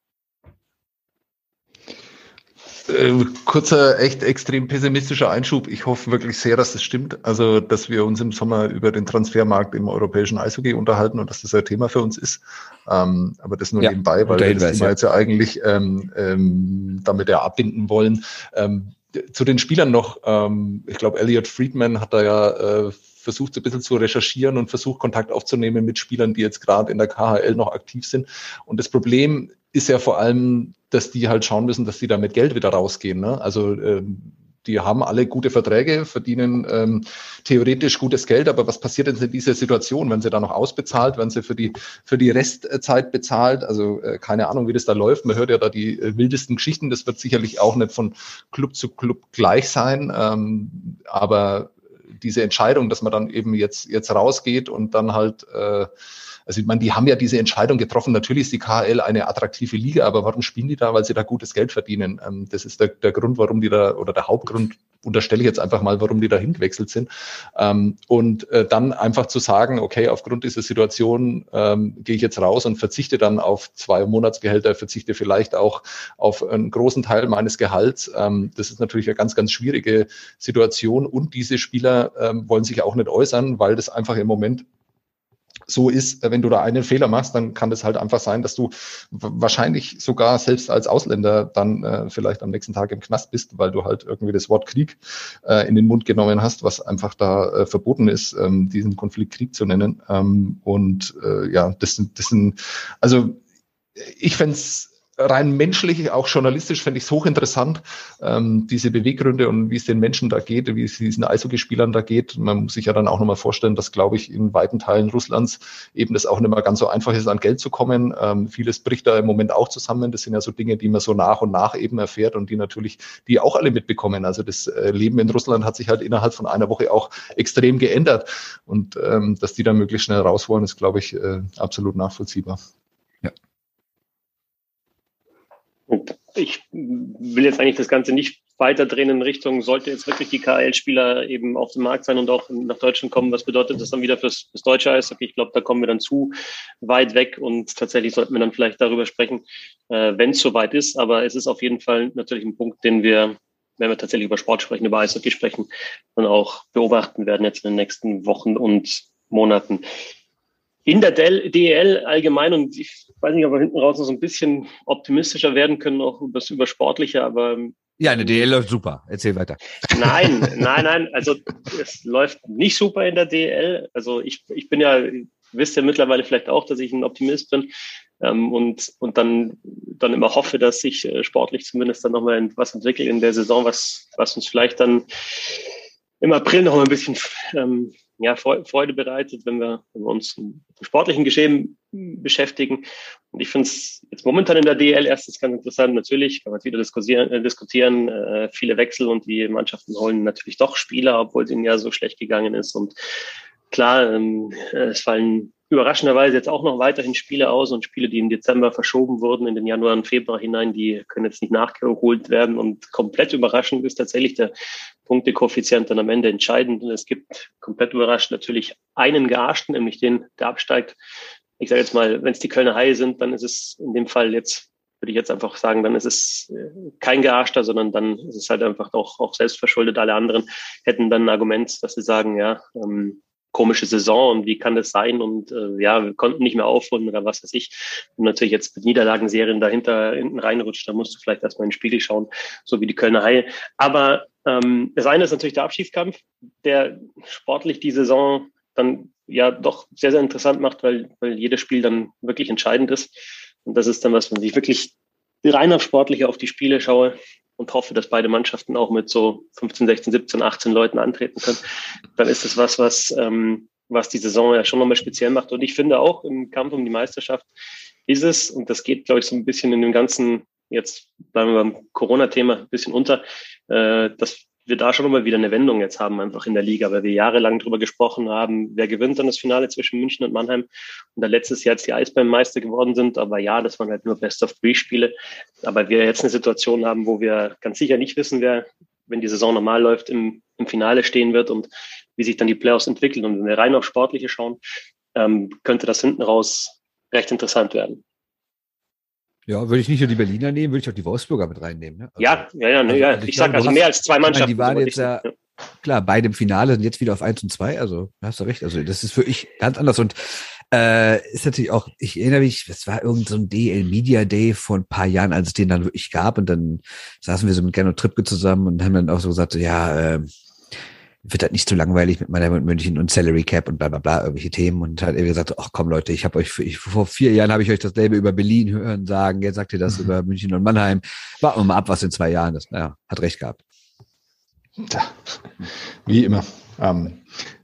Äh, kurzer, echt extrem pessimistischer Einschub. Ich hoffe wirklich sehr, dass das stimmt. Also, dass wir uns im Sommer über den Transfermarkt im europäischen Eishockey unterhalten und dass das ein Thema für uns ist. Ähm, aber das nur ja, nebenbei, weil wir das Thema ja. jetzt ja eigentlich ähm, ähm, damit ja abbinden wollen. Ähm, zu den Spielern noch, ähm, ich glaube, Elliot Friedman hat da ja äh, versucht, so ein bisschen zu recherchieren und versucht, Kontakt aufzunehmen mit Spielern, die jetzt gerade in der K H L noch aktiv sind. Und das Problem ist ja vor allem, dass die halt schauen müssen, dass die da mit Geld wieder rausgehen. Ne? Also ähm, die haben alle gute Verträge, verdienen ähm, theoretisch gutes Geld, aber was passiert denn in dieser Situation, wenn sie da noch ausbezahlt, wenn sie für die für die Restzeit bezahlt? Also äh, keine Ahnung, wie das da läuft. Man hört ja da die äh, wildesten Geschichten. Das wird sicherlich auch nicht von Club zu Club gleich sein, ähm, aber diese Entscheidung, dass man dann eben jetzt jetzt rausgeht und dann halt äh, also ich meine, die haben ja diese Entscheidung getroffen. Natürlich ist die K H L eine attraktive Liga, aber warum spielen die da? Weil sie da gutes Geld verdienen. Ähm, das ist der, der Grund, warum die da, oder der Hauptgrund, unterstelle ich jetzt einfach mal, warum die da hingewechselt sind. Ähm, und äh, dann einfach zu sagen, okay, aufgrund dieser Situation ähm, gehe ich jetzt raus und verzichte dann auf zwei Monatsgehälter, verzichte vielleicht auch auf einen großen Teil meines Gehalts. Ähm, das ist natürlich eine ganz, ganz schwierige Situation. Und diese Spieler ähm, wollen sich auch nicht äußern, weil das einfach im Moment so ist, wenn du da einen Fehler machst, dann kann das halt einfach sein, dass du wahrscheinlich sogar selbst als Ausländer dann äh, vielleicht am nächsten Tag im Knast bist, weil du halt irgendwie das Wort Krieg äh, in den Mund genommen hast, was einfach da äh, verboten ist, ähm, diesen Konflikt Krieg zu nennen. Ähm, und äh, ja, das sind, das sind, also ich fände es rein menschlich, auch journalistisch fände ich es hochinteressant, ähm, diese Beweggründe und wie es den Menschen da geht, wie es diesen Eishockeyspielern da geht. Man muss sich ja dann auch nochmal vorstellen, dass, glaube ich, in weiten Teilen Russlands eben das auch nicht mehr ganz so einfach ist, an Geld zu kommen. Ähm, vieles bricht da im Moment auch zusammen. Das sind ja so Dinge, die man so nach und nach eben erfährt und die natürlich, die auch alle mitbekommen. Also das äh, Leben in Russland hat sich halt innerhalb von einer Woche auch extrem geändert. Und ähm, dass die da möglichst schnell raus wollen, ist, glaube ich, äh, absolut nachvollziehbar. Ja. Und ich will jetzt eigentlich das Ganze nicht weiterdrehen in Richtung, sollte jetzt wirklich die K H L-Spieler eben auf dem Markt sein und auch nach Deutschland kommen, was bedeutet das dann wieder fürs, fürs deutsche Eishockey? Ich glaube, da kommen wir dann zu weit weg und tatsächlich sollten wir dann vielleicht darüber sprechen, äh, wenn es soweit ist. Aber es ist auf jeden Fall natürlich ein Punkt, den wir, wenn wir tatsächlich über Sport sprechen, über Eishockey sprechen, dann auch beobachten werden jetzt in den nächsten Wochen und Monaten. In der D E L allgemein, und ich weiß nicht, ob wir hinten raus noch so ein bisschen optimistischer werden können, auch über das über Sportliche, aber... Ja, eine D E L läuft super. Erzähl weiter. Nein, nein, nein. Also es läuft nicht super in der D E L. Also ich, ich bin ja, wisst ihr mittlerweile vielleicht auch, dass ich ein Optimist bin ähm, und, und dann, dann immer hoffe, dass sich äh, sportlich zumindest dann nochmal was entwickelt in der Saison, was, was uns vielleicht dann im April noch mal ein bisschen... Ähm, ja, Freude bereitet, wenn wir, wenn wir uns mit dem sportlichen Geschehen beschäftigen. Und ich finde es jetzt momentan in der D E L erstens ganz interessant. Natürlich kann man wieder diskutieren, äh, diskutieren äh, viele Wechsel und die Mannschaften holen natürlich doch Spieler, obwohl es ihnen ja so schlecht gegangen ist. Und klar, ähm, es fallen überraschenderweise jetzt auch noch weiterhin Spiele aus und Spiele, die im Dezember verschoben wurden in den Januar und Februar hinein, die können jetzt nicht nachgeholt werden. Und komplett überraschend ist tatsächlich der Punktekoeffizient dann am Ende entscheidend. Und es gibt komplett überraschend natürlich einen Gearschten, nämlich den, der absteigt. Ich sage jetzt mal, wenn es die Kölner Haie sind, dann ist es in dem Fall jetzt, würde ich jetzt einfach sagen, dann ist es kein Gearschter, sondern dann ist es halt einfach auch, auch selbstverschuldet. Alle anderen hätten dann ein Argument, dass sie sagen, ja, ähm, komische Saison und wie kann das sein und äh, ja, wir konnten nicht mehr aufholen oder was weiß ich. Und natürlich jetzt mit Niederlagenserien dahinter hinten reinrutscht, da musst du vielleicht erstmal in den Spiegel schauen, so wie die Kölner Haie. Aber ähm, das eine ist natürlich der Abschiedskampf, der sportlich die Saison dann ja doch sehr, sehr interessant macht, weil, weil jedes Spiel dann wirklich entscheidend ist. Und das ist dann was, wenn ich wirklich rein auf Sportliche auf die Spiele schaue und hoffe, dass beide Mannschaften auch mit so fünfzehn, sechzehn, siebzehn, achtzehn Leuten antreten können, dann ist das was, was, ähm, was die Saison ja schon nochmal speziell macht. Und ich finde auch im Kampf um die Meisterschaft ist es, und das geht, glaube ich, so ein bisschen in dem ganzen, jetzt bleiben wir beim Corona-Thema ein bisschen unter, äh, dass wir da schon nochmal wieder eine Wendung jetzt haben, einfach in der Liga, weil wir jahrelang drüber gesprochen haben, wer gewinnt dann das Finale zwischen München und Mannheim. Und da letztes Jahr jetzt die Eisbären Meister geworden sind, aber ja, das waren halt nur Best-of-Three-Spiele. Aber wir jetzt eine Situation haben, wo wir ganz sicher nicht wissen, wer, wenn die Saison normal läuft, im, im Finale stehen wird und wie sich dann die Playoffs entwickeln. Und wenn wir rein auf Sportliche schauen, ähm, könnte das hinten raus recht interessant werden. Ja, würde ich nicht nur die Berliner nehmen, würde ich auch die Wolfsburger mit reinnehmen. Ne? Also, ja, ja, ja, ne, ja. Also ich, ich sage glaube, also hast, mehr als zwei Mannschaften. Die waren jetzt ja, ja, klar, beide im Finale sind jetzt wieder auf eins und zwei, also hast du recht. Also das ist für ich ganz anders und äh, ist natürlich auch, ich erinnere mich, das war irgend so ein D L Media Day vor ein paar Jahren, als es den dann wirklich gab und dann saßen wir so mit Gernot Trippke zusammen und haben dann auch so gesagt, so, ja, äh, wird halt nicht zu langweilig mit meiner München und Salary Cap und bla bla bla, irgendwelche Themen und hat er gesagt, ach komm Leute, ich habe euch, für, ich, vor vier Jahren habe ich euch dasselbe über Berlin hören sagen, jetzt sagt ihr das mhm. über München und Mannheim, warten wir mal ab, was in zwei Jahren ist. Naja, hat recht gehabt. Ja, wie immer. Ähm,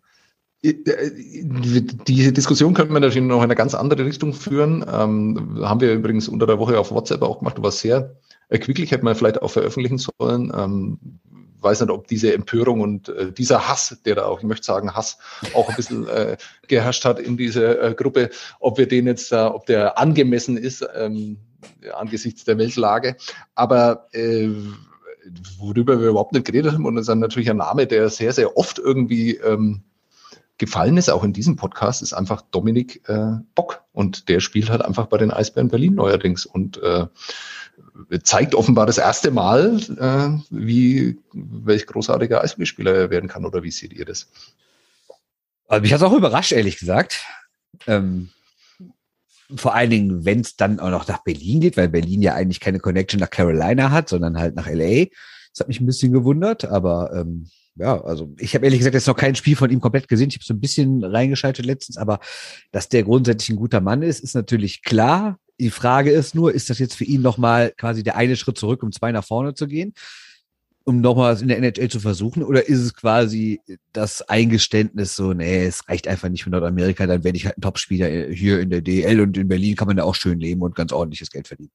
diese Diskussion könnte man natürlich noch in eine ganz andere Richtung führen. Ähm, haben wir übrigens unter der Woche auf WhatsApp auch gemacht, du warst sehr erquicklich, hätte man vielleicht auch veröffentlichen sollen. Ähm, weiß nicht, ob diese Empörung und äh, dieser Hass, der da auch, ich möchte sagen Hass, auch ein bisschen äh, geherrscht hat in dieser äh, Gruppe, ob wir den jetzt, äh, ob der angemessen ist ähm, angesichts der Weltlage. Aber äh, worüber wir überhaupt nicht geredet haben, und das ist dann natürlich ein Name, der sehr, sehr oft irgendwie ähm, gefallen ist, auch in diesem Podcast, ist einfach Dominik äh, Bock. Und der spielt halt einfach bei den Eisbären Berlin neuerdings und äh, zeigt offenbar das erste Mal, äh, wie welch großartiger Eishockeyspieler er werden kann, oder wie seht ihr das? Also mich hat es auch überrascht, ehrlich gesagt. Ähm, vor allen Dingen, wenn es dann auch noch nach Berlin geht, weil Berlin ja eigentlich keine Connection nach Carolina hat, sondern halt nach L A. Das hat mich ein bisschen gewundert, aber ähm, ja, also ich habe ehrlich gesagt jetzt noch kein Spiel von ihm komplett gesehen. Ich habe so ein bisschen reingeschaltet letztens, aber dass der grundsätzlich ein guter Mann ist, ist natürlich klar. Die Frage ist nur, ist das jetzt für ihn nochmal quasi der eine Schritt zurück, um zwei nach vorne zu gehen, um nochmal in der N H L zu versuchen? Oder ist es quasi das Eingeständnis so, nee, es reicht einfach nicht für Nordamerika, dann werde ich halt ein Topspieler hier in der D L und in Berlin kann man da auch schön leben und ganz ordentliches Geld verdienen?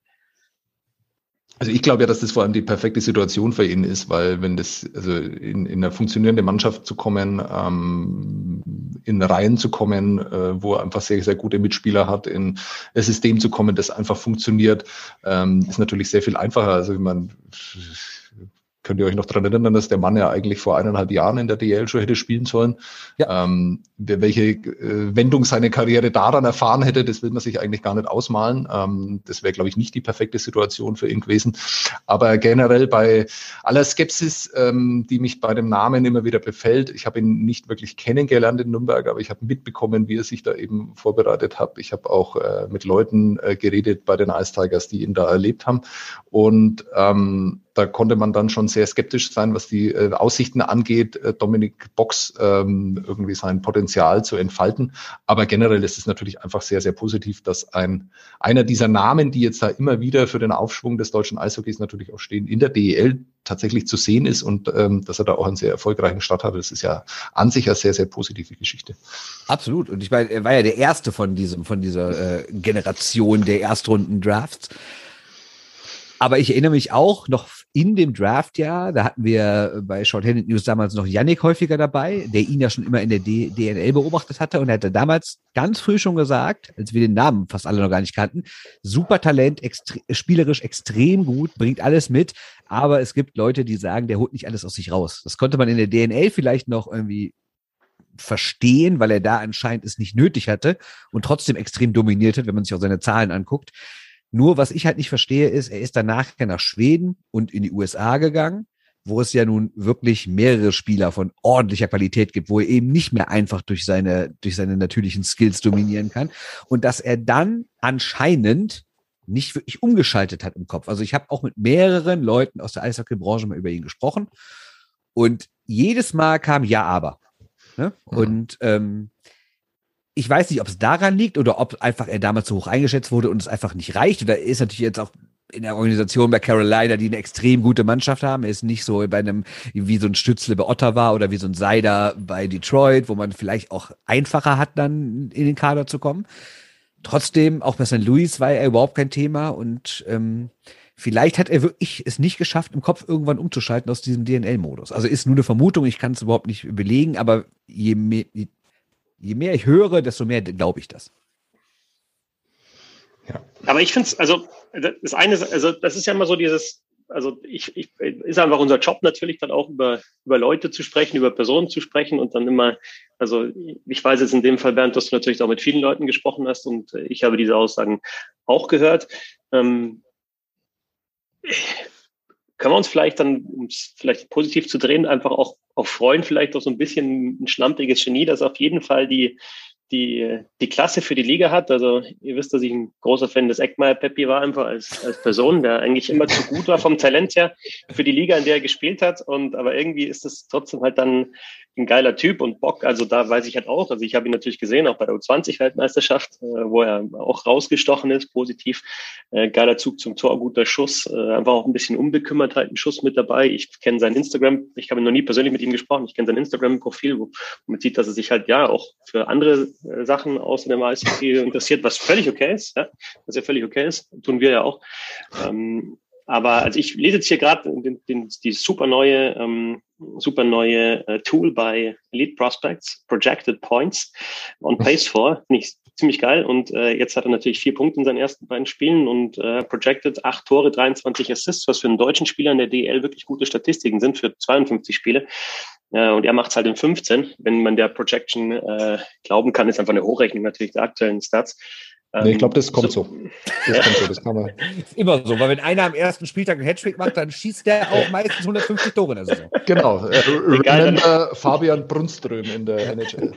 Also ich glaube ja, dass das vor allem die perfekte Situation für ihn ist, weil wenn das, also in, in eine funktionierende Mannschaft zu kommen, ähm, in Reihen zu kommen, äh, wo er einfach sehr, sehr gute Mitspieler hat, in ein System zu kommen, das einfach funktioniert, ähm, ist natürlich sehr viel einfacher. Also ich meine, könnt ihr euch noch daran erinnern, dass der Mann ja eigentlich vor eineinhalb Jahren in der D L schon hätte spielen sollen? Ja. Ähm, welche äh, Wendung seine Karriere daran erfahren hätte, das will man sich eigentlich gar nicht ausmalen. Ähm, das wäre, glaube ich, nicht die perfekte Situation für ihn gewesen. Aber generell bei aller Skepsis, ähm, die mich bei dem Namen immer wieder befällt, ich habe ihn nicht wirklich kennengelernt in Nürnberg, aber ich habe mitbekommen, wie er sich da eben vorbereitet hat. Ich habe auch äh, mit Leuten äh, geredet bei den Ice Tigers, die ihn da erlebt haben. Und ähm, da konnte man dann schon sehr skeptisch sein, was die äh, Aussichten angeht, äh, Dominik Box ähm, irgendwie sein Potenzial zu entfalten. Aber generell ist es natürlich einfach sehr, sehr positiv, dass ein einer dieser Namen, die jetzt da immer wieder für den Aufschwung des deutschen Eishockeys natürlich auch stehen, in der D E L tatsächlich zu sehen ist und ähm, dass er da auch einen sehr erfolgreichen Start hatte. Das ist ja an sich eine sehr, sehr positive Geschichte. Absolut. Und ich meine, er war ja der Erste von diesem, von dieser äh, Generation der Erstrunden-Drafts. Aber ich erinnere mich auch noch in dem Draftjahr, da hatten wir bei Shorthanded News damals noch Yannick häufiger dabei, der ihn ja schon immer in der D- DNL beobachtet hatte und er hatte damals ganz früh schon gesagt, als wir den Namen fast alle noch gar nicht kannten, super Talent, extre- spielerisch extrem gut, bringt alles mit, aber es gibt Leute, die sagen, der holt nicht alles aus sich raus. Das konnte man in der D N L vielleicht noch irgendwie verstehen, weil er da anscheinend es nicht nötig hatte und trotzdem extrem dominiert hat, wenn man sich auch seine Zahlen anguckt. Nur, was ich halt nicht verstehe, ist, er ist danach nach Schweden und in die U S A gegangen, wo es ja nun wirklich mehrere Spieler von ordentlicher Qualität gibt, wo er eben nicht mehr einfach durch seine, durch seine natürlichen Skills dominieren kann. Und dass er dann anscheinend nicht wirklich umgeschaltet hat im Kopf. Also ich habe auch mit mehreren Leuten aus der Eishockey-Branche mal über ihn gesprochen und jedes Mal kam ja, aber. Ne? Mhm. Und ähm, ich weiß nicht, ob es daran liegt oder ob einfach er damals so hoch eingeschätzt wurde und es einfach nicht reicht. Oder er ist natürlich jetzt auch in der Organisation bei Carolina, die eine extrem gute Mannschaft haben. Er ist nicht so bei einem, wie so ein Stützle bei Ottawa oder wie so ein Seider bei Detroit, wo man vielleicht auch einfacher hat, dann in den Kader zu kommen. Trotzdem, auch bei Sankt Louis war er überhaupt kein Thema und ähm, vielleicht hat er wirklich es nicht geschafft, im Kopf irgendwann umzuschalten aus diesem D N L-Modus. Also ist nur eine Vermutung, ich kann es überhaupt nicht belegen, aber je mehr, je mehr ich höre, desto mehr glaube ich das. Ja. Aber ich finde es, also das eine, also das ist ja immer so dieses, also ich, ich ist einfach unser Job natürlich dann auch über über Leute zu sprechen, über Personen zu sprechen und dann immer, also ich weiß jetzt in dem Fall, Bernd, dass du natürlich auch mit vielen Leuten gesprochen hast und ich habe diese Aussagen auch gehört. Ähm, können wir uns vielleicht dann, um es vielleicht positiv zu drehen, einfach auch, auch freuen, vielleicht auch so ein bisschen ein schlampiges Genie, das auf jeden Fall die, die, die Klasse für die Liga hat. Also ihr wisst, dass ich ein großer Fan des Eckmeier-Peppi war, einfach als, als Person, der eigentlich immer zu gut war vom Talent her für die Liga, in der er gespielt hat. Und aber irgendwie ist es trotzdem halt dann ein geiler Typ und Bock. Also da weiß ich halt auch, also ich habe ihn natürlich gesehen, auch bei der U zwanzig Weltmeisterschaft, äh, wo er auch rausgestochen ist, positiv. Äh, geiler Zug zum Tor, guter Schuss, äh, einfach auch ein bisschen unbekümmert, halt ein Schuss mit dabei. Ich kenne sein Instagram, ich habe noch nie persönlich mit ihm gesprochen, ich kenne sein Instagram-Profil, wo man sieht, dass er sich halt ja auch für andere äh, Sachen außer dem Eishockey interessiert, was völlig okay ist, ja, was ja völlig okay ist, tun wir ja auch. Ähm, aber also ich lese jetzt hier gerade den, den, die super neue, ähm, super neue äh, Tool bei Elite Prospects, Projected Points on Pace for, finde ich ziemlich geil. Und äh, jetzt hat er natürlich vier Punkte in seinen ersten beiden Spielen und äh, Projected acht Tore, dreiundzwanzig Assists, was für einen deutschen Spieler in der D L wirklich gute Statistiken sind für zweiundfünfzig Spiele. Äh, und er macht es halt in fünfzehn. Wenn man der Projection äh, glauben kann, ist einfach eine Hochrechnung natürlich der aktuellen Stats. Nee, ich glaube, das kommt so. so. Das ja. kommt so, das kann man. Ist immer so, weil wenn einer am ersten Spieltag einen Hattrick macht, dann schießt der auch meistens hundertfünfzig Tore in der Saison. Genau. Äh, remember Fabian Brunström in der N H L.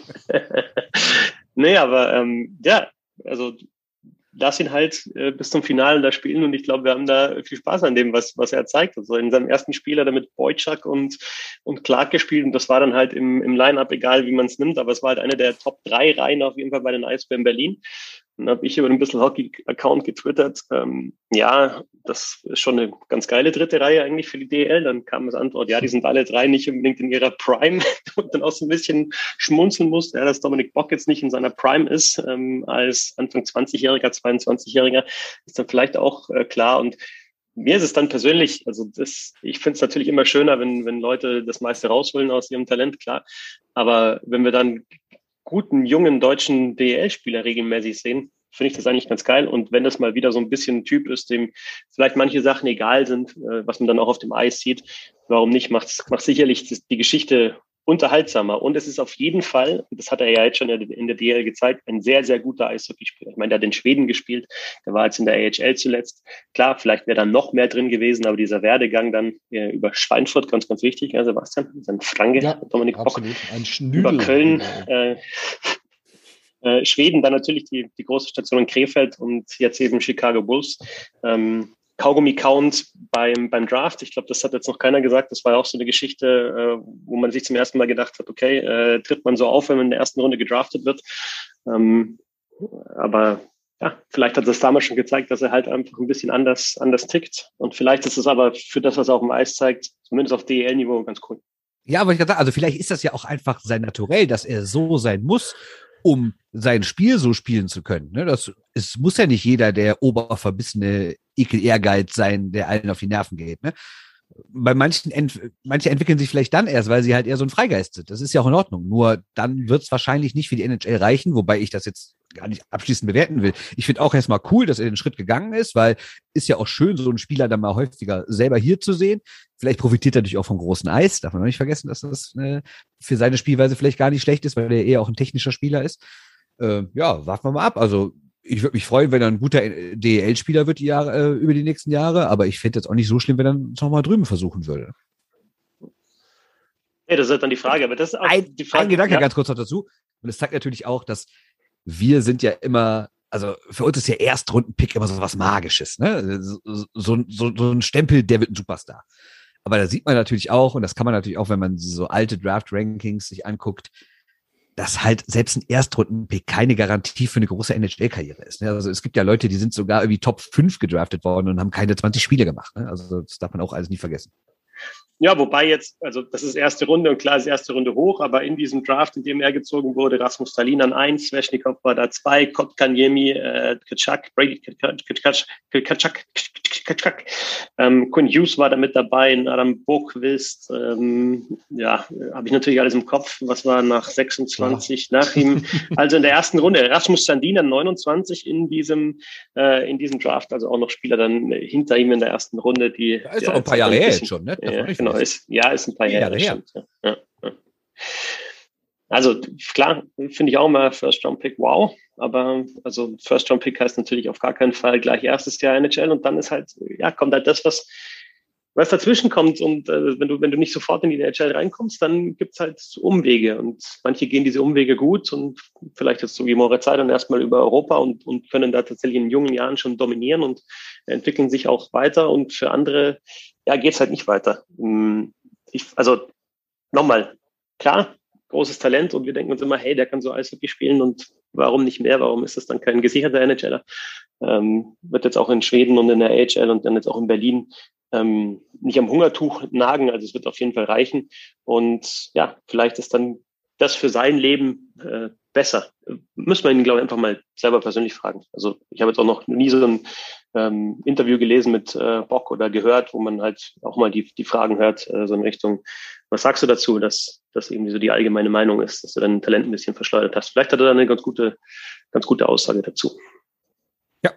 Nee, aber ähm, ja, also lass ihn halt äh, bis zum Finale da spielen und ich glaube, wir haben da viel Spaß an dem, was was er zeigt. Also in seinem ersten Spiel hat er mit Boyczak und und Clark gespielt und das war dann halt im im Line-Up, egal wie man es nimmt, aber es war halt eine der Top drei Reihen auf jeden Fall bei den Eisbären Berlin. Dann habe ich über den Bissl Hockey-Account getwittert, ähm, ja, das ist schon eine ganz geile dritte Reihe eigentlich für die D L. Dann kam das Antwort, ja, die sind alle drei nicht unbedingt in ihrer Prime und dann auch so ein bisschen schmunzeln musste, ja, dass Dominik Bock jetzt nicht in seiner Prime ist, ähm, als Anfang zwanzigjähriger, zweiundzwanzigjähriger, ist dann vielleicht auch äh, klar. Und mir ist es dann persönlich, also das, ich finde es natürlich immer schöner, wenn, wenn Leute das meiste rausholen aus ihrem Talent, klar. Aber wenn wir dann guten, jungen deutschen D E L-Spieler regelmäßig sehen, finde ich das eigentlich ganz geil. Und wenn das mal wieder so ein bisschen ein Typ ist, dem vielleicht manche Sachen egal sind, äh, was man dann auch auf dem Eis sieht, warum nicht, macht macht sicherlich das, die Geschichte unterhaltsamer. Und es ist auf jeden Fall, das hat er ja jetzt schon in der D L gezeigt, ein sehr, sehr guter Eishockeyspieler. Ich meine, der hat in Schweden gespielt, der war jetzt in der A H L zuletzt. Klar, vielleicht wäre da noch mehr drin gewesen, aber dieser Werdegang dann äh, über Schweinfurt, ganz, ganz wichtig, ja, Sebastian, sein Franke, ja, Dominik Bock, absolut. Ein Schnüdel. Über Köln, äh, äh, Schweden, dann natürlich die, die große Station in Krefeld und jetzt eben Chicago Bulls. Ähm, Kaugummi-Count beim, beim Draft. Ich glaube, das hat jetzt noch keiner gesagt. Das war auch so eine Geschichte, äh, wo man sich zum ersten Mal gedacht hat, okay, äh, tritt man so auf, wenn man in der ersten Runde gedraftet wird. Ähm, aber ja, vielleicht hat das damals schon gezeigt, dass er halt einfach ein bisschen anders, anders tickt. Und vielleicht ist es aber für das, was er auf dem Eis zeigt, zumindest auf D E L-Niveau, ganz cool. Ja, aber ich gerade sagen, also vielleicht ist das ja auch einfach sein Naturell, dass er so sein muss, um sein Spiel so spielen zu können. Ne? Das, es muss ja nicht jeder der oberverbissene Ekel-Ehrgeiz sein, der allen auf die Nerven geht. Ne? Bei manchen, ent, manche entwickeln sich vielleicht dann erst, weil sie halt eher so ein Freigeist sind. Das ist ja auch in Ordnung. Nur dann wird es wahrscheinlich nicht für die N H L reichen, wobei ich das jetzt gar nicht abschließend bewerten will. Ich finde auch erstmal cool, dass er den Schritt gegangen ist, weil ist ja auch schön, so einen Spieler dann mal häufiger selber hier zu sehen. Vielleicht profitiert er natürlich auch vom großen Eis. Darf man auch nicht vergessen, dass das äh, für seine Spielweise vielleicht gar nicht schlecht ist, weil er eher auch ein technischer Spieler ist. Äh, ja, warten wir mal ab. Also ich würde mich freuen, wenn er ein guter D E L-Spieler wird die Jahre, äh, über die nächsten Jahre, aber ich fände jetzt auch nicht so schlimm, wenn er es nochmal drüben versuchen würde. Ja, das ist dann die Frage, aber das ist auch ein, die Frage. Ein Gedanke ja. ganz kurz noch dazu. Und es zeigt natürlich auch, dass wir sind ja immer, also für uns ist ja Erstrundenpick immer so was Magisches, ne? So, so, so, so ein Stempel, der wird ein Superstar. Aber da sieht man natürlich auch, und das kann man natürlich auch, wenn man so alte Draft-Rankings sich anguckt, dass halt selbst ein Erstrundenpick keine Garantie für eine große N H L-Karriere ist. Ne? Also es gibt ja Leute, die sind sogar irgendwie Top fünf gedraftet worden und haben keine zwanzig Spiele gemacht. Ne? Also das darf man auch alles nie vergessen. Ja, wobei jetzt, also das ist erste Runde und klar ist erste Runde hoch, aber in diesem Draft, in dem er gezogen wurde, Rasmus Dahlin an eins, Svechnikov war da zwei, Kotkaniemi, äh, Tkachuk, Brady Tkachuk, Tkachuk, ähm, Quinn Hughes war da mit dabei, Adam Boqvist, ähm, ja, habe ich natürlich alles im Kopf, was war nach sechsundzwanzig ja. nach ihm, also in der ersten Runde, Rasmus Sandin an neunundzwanzig in diesem, äh, in diesem Draft, also auch noch Spieler dann hinter ihm in der ersten Runde, die... Da ist doch ein paar Jahre her jetzt schon, ne? Ja, genau, ist, ja, ist ein paar Jahre her. her. Ja, ja. Also klar, finde ich auch mal First-Round-Pick, wow. Aber also First-Round-Pick heißt natürlich auf gar keinen Fall gleich erstes Jahr N H L und dann ist halt, ja, kommt halt das, was, was dazwischen kommt. Und äh, wenn du, wenn du nicht sofort in die N H L reinkommst, dann gibt's halt Umwege. Und manche gehen diese Umwege gut und vielleicht jetzt so wie Moritz Seider dann erstmal über Europa und, und können da tatsächlich in jungen Jahren schon dominieren und entwickeln sich auch weiter. Und für andere, ja, geht's halt nicht weiter. Ich, also nochmal, klar, großes Talent und wir denken uns immer, hey, der kann so Eishockey spielen und warum nicht mehr? Warum ist das dann kein gesicherter N H Ler? Ähm, wird jetzt auch in Schweden und in der A H L und dann jetzt auch in Berlin ähm, nicht am Hungertuch nagen, also es wird auf jeden Fall reichen und ja, vielleicht ist dann das für sein Leben äh, besser. Müssen wir ihn, glaube ich, einfach mal selber persönlich fragen. Also ich habe jetzt auch noch nie so ein ähm, Interview gelesen mit äh, Bock oder gehört, wo man halt auch mal die, die Fragen hört, äh, so in Richtung, was sagst du dazu, dass das irgendwie so die allgemeine Meinung ist, dass du dein Talent ein bisschen verschleudert hast. Vielleicht hat er da eine ganz gute, ganz gute Aussage dazu. Ja.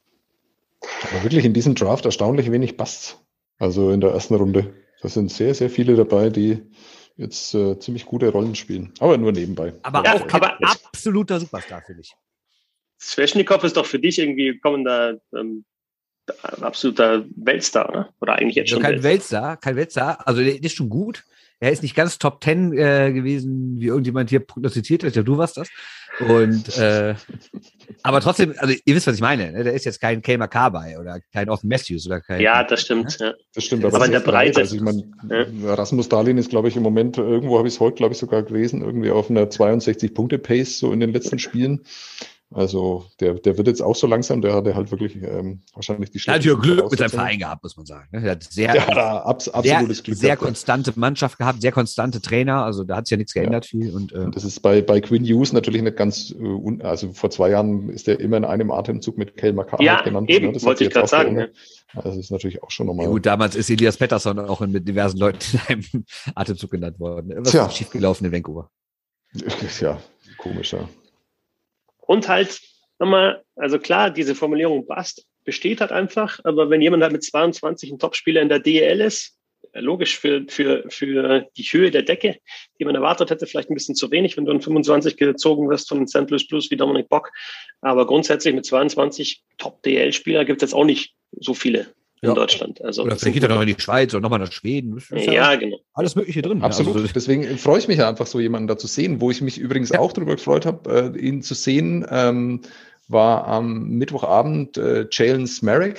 Aber wirklich in diesem Draft erstaunlich wenig passt. Also in der ersten Runde. Da sind sehr, sehr viele dabei, die jetzt äh, ziemlich gute Rollen spielen. Aber nur nebenbei. Aber ja, auch kein aber absoluter Superstar für dich. Svechnikov ist doch für dich irgendwie kommender ähm, absoluter Weltstar, oder? Oder eigentlich jetzt also schon kein Weltstar, kein Weltstar. Also der ist schon gut. Er ist nicht ganz Top Ten äh, gewesen, wie irgendjemand hier prognostiziert hat. Ja, du warst das. Und äh, aber trotzdem, also ihr wisst, was ich meine. Ne? Der ist jetzt kein Kay McCarby oder kein Austin Matthews oder kein. Ja, das stimmt. Ja. Das stimmt. Aber, aber in der Breite. Also ich meine, ja. Rasmus Dahlin ist, glaube ich, im Moment irgendwo habe ich es heute, glaube ich, sogar gelesen, irgendwie auf einer zweiundsechzig Punkte Pace so in den letzten Spielen. Also der, der wird jetzt auch so langsam, der hatte halt wirklich ähm, wahrscheinlich die schlechteste. Er hat ja Glück mit seinem Verein gehabt, muss man sagen. Er hat sehr, ja, abs- absolutes sehr, Glück sehr gehabt, konstante Mannschaft gehabt, sehr konstante Trainer, also da hat sich ja nichts geändert ja. viel. Und, äh, und das ist bei, bei Quinn Hughes natürlich nicht ganz, äh, un- also vor zwei Jahren ist er immer in einem Atemzug mit Cale Makar ja, genannt. Eben, ne? Das wollte ich gerade sagen. Ja. Also das ist natürlich auch schon nochmal. Ja, gut, damals ist Elias Pettersson auch mit diversen Leuten in einem Atemzug genannt worden. Was Tja. ist schiefgelaufen in Vancouver? Ja, komisch, ja. Und halt, nochmal, also klar, diese Formulierung Bust besteht halt einfach, aber wenn jemand halt mit zweiundzwanzig ein Topspieler in der D E L ist, logisch für, für, für die Höhe der Decke, die man erwartet hätte, vielleicht ein bisschen zu wenig, wenn du in fünfundzwanzig gezogen wirst von Sankt Louis Blues wie Dominik Bock, aber grundsätzlich mit zweiundzwanzig Top-D E L-Spieler gibt es jetzt auch nicht so viele in ja. Deutschland. Also oder vielleicht geht er noch in die Schweiz oder nochmal nach Schweden. Ja, ja, genau. Alles Mögliche drin. Absolut. Also, deswegen freue ich mich ja einfach so, jemanden da zu sehen, wo ich mich übrigens ja. auch darüber gefreut habe, ihn zu sehen, ähm, war am Mittwochabend äh, Jalen Smerrick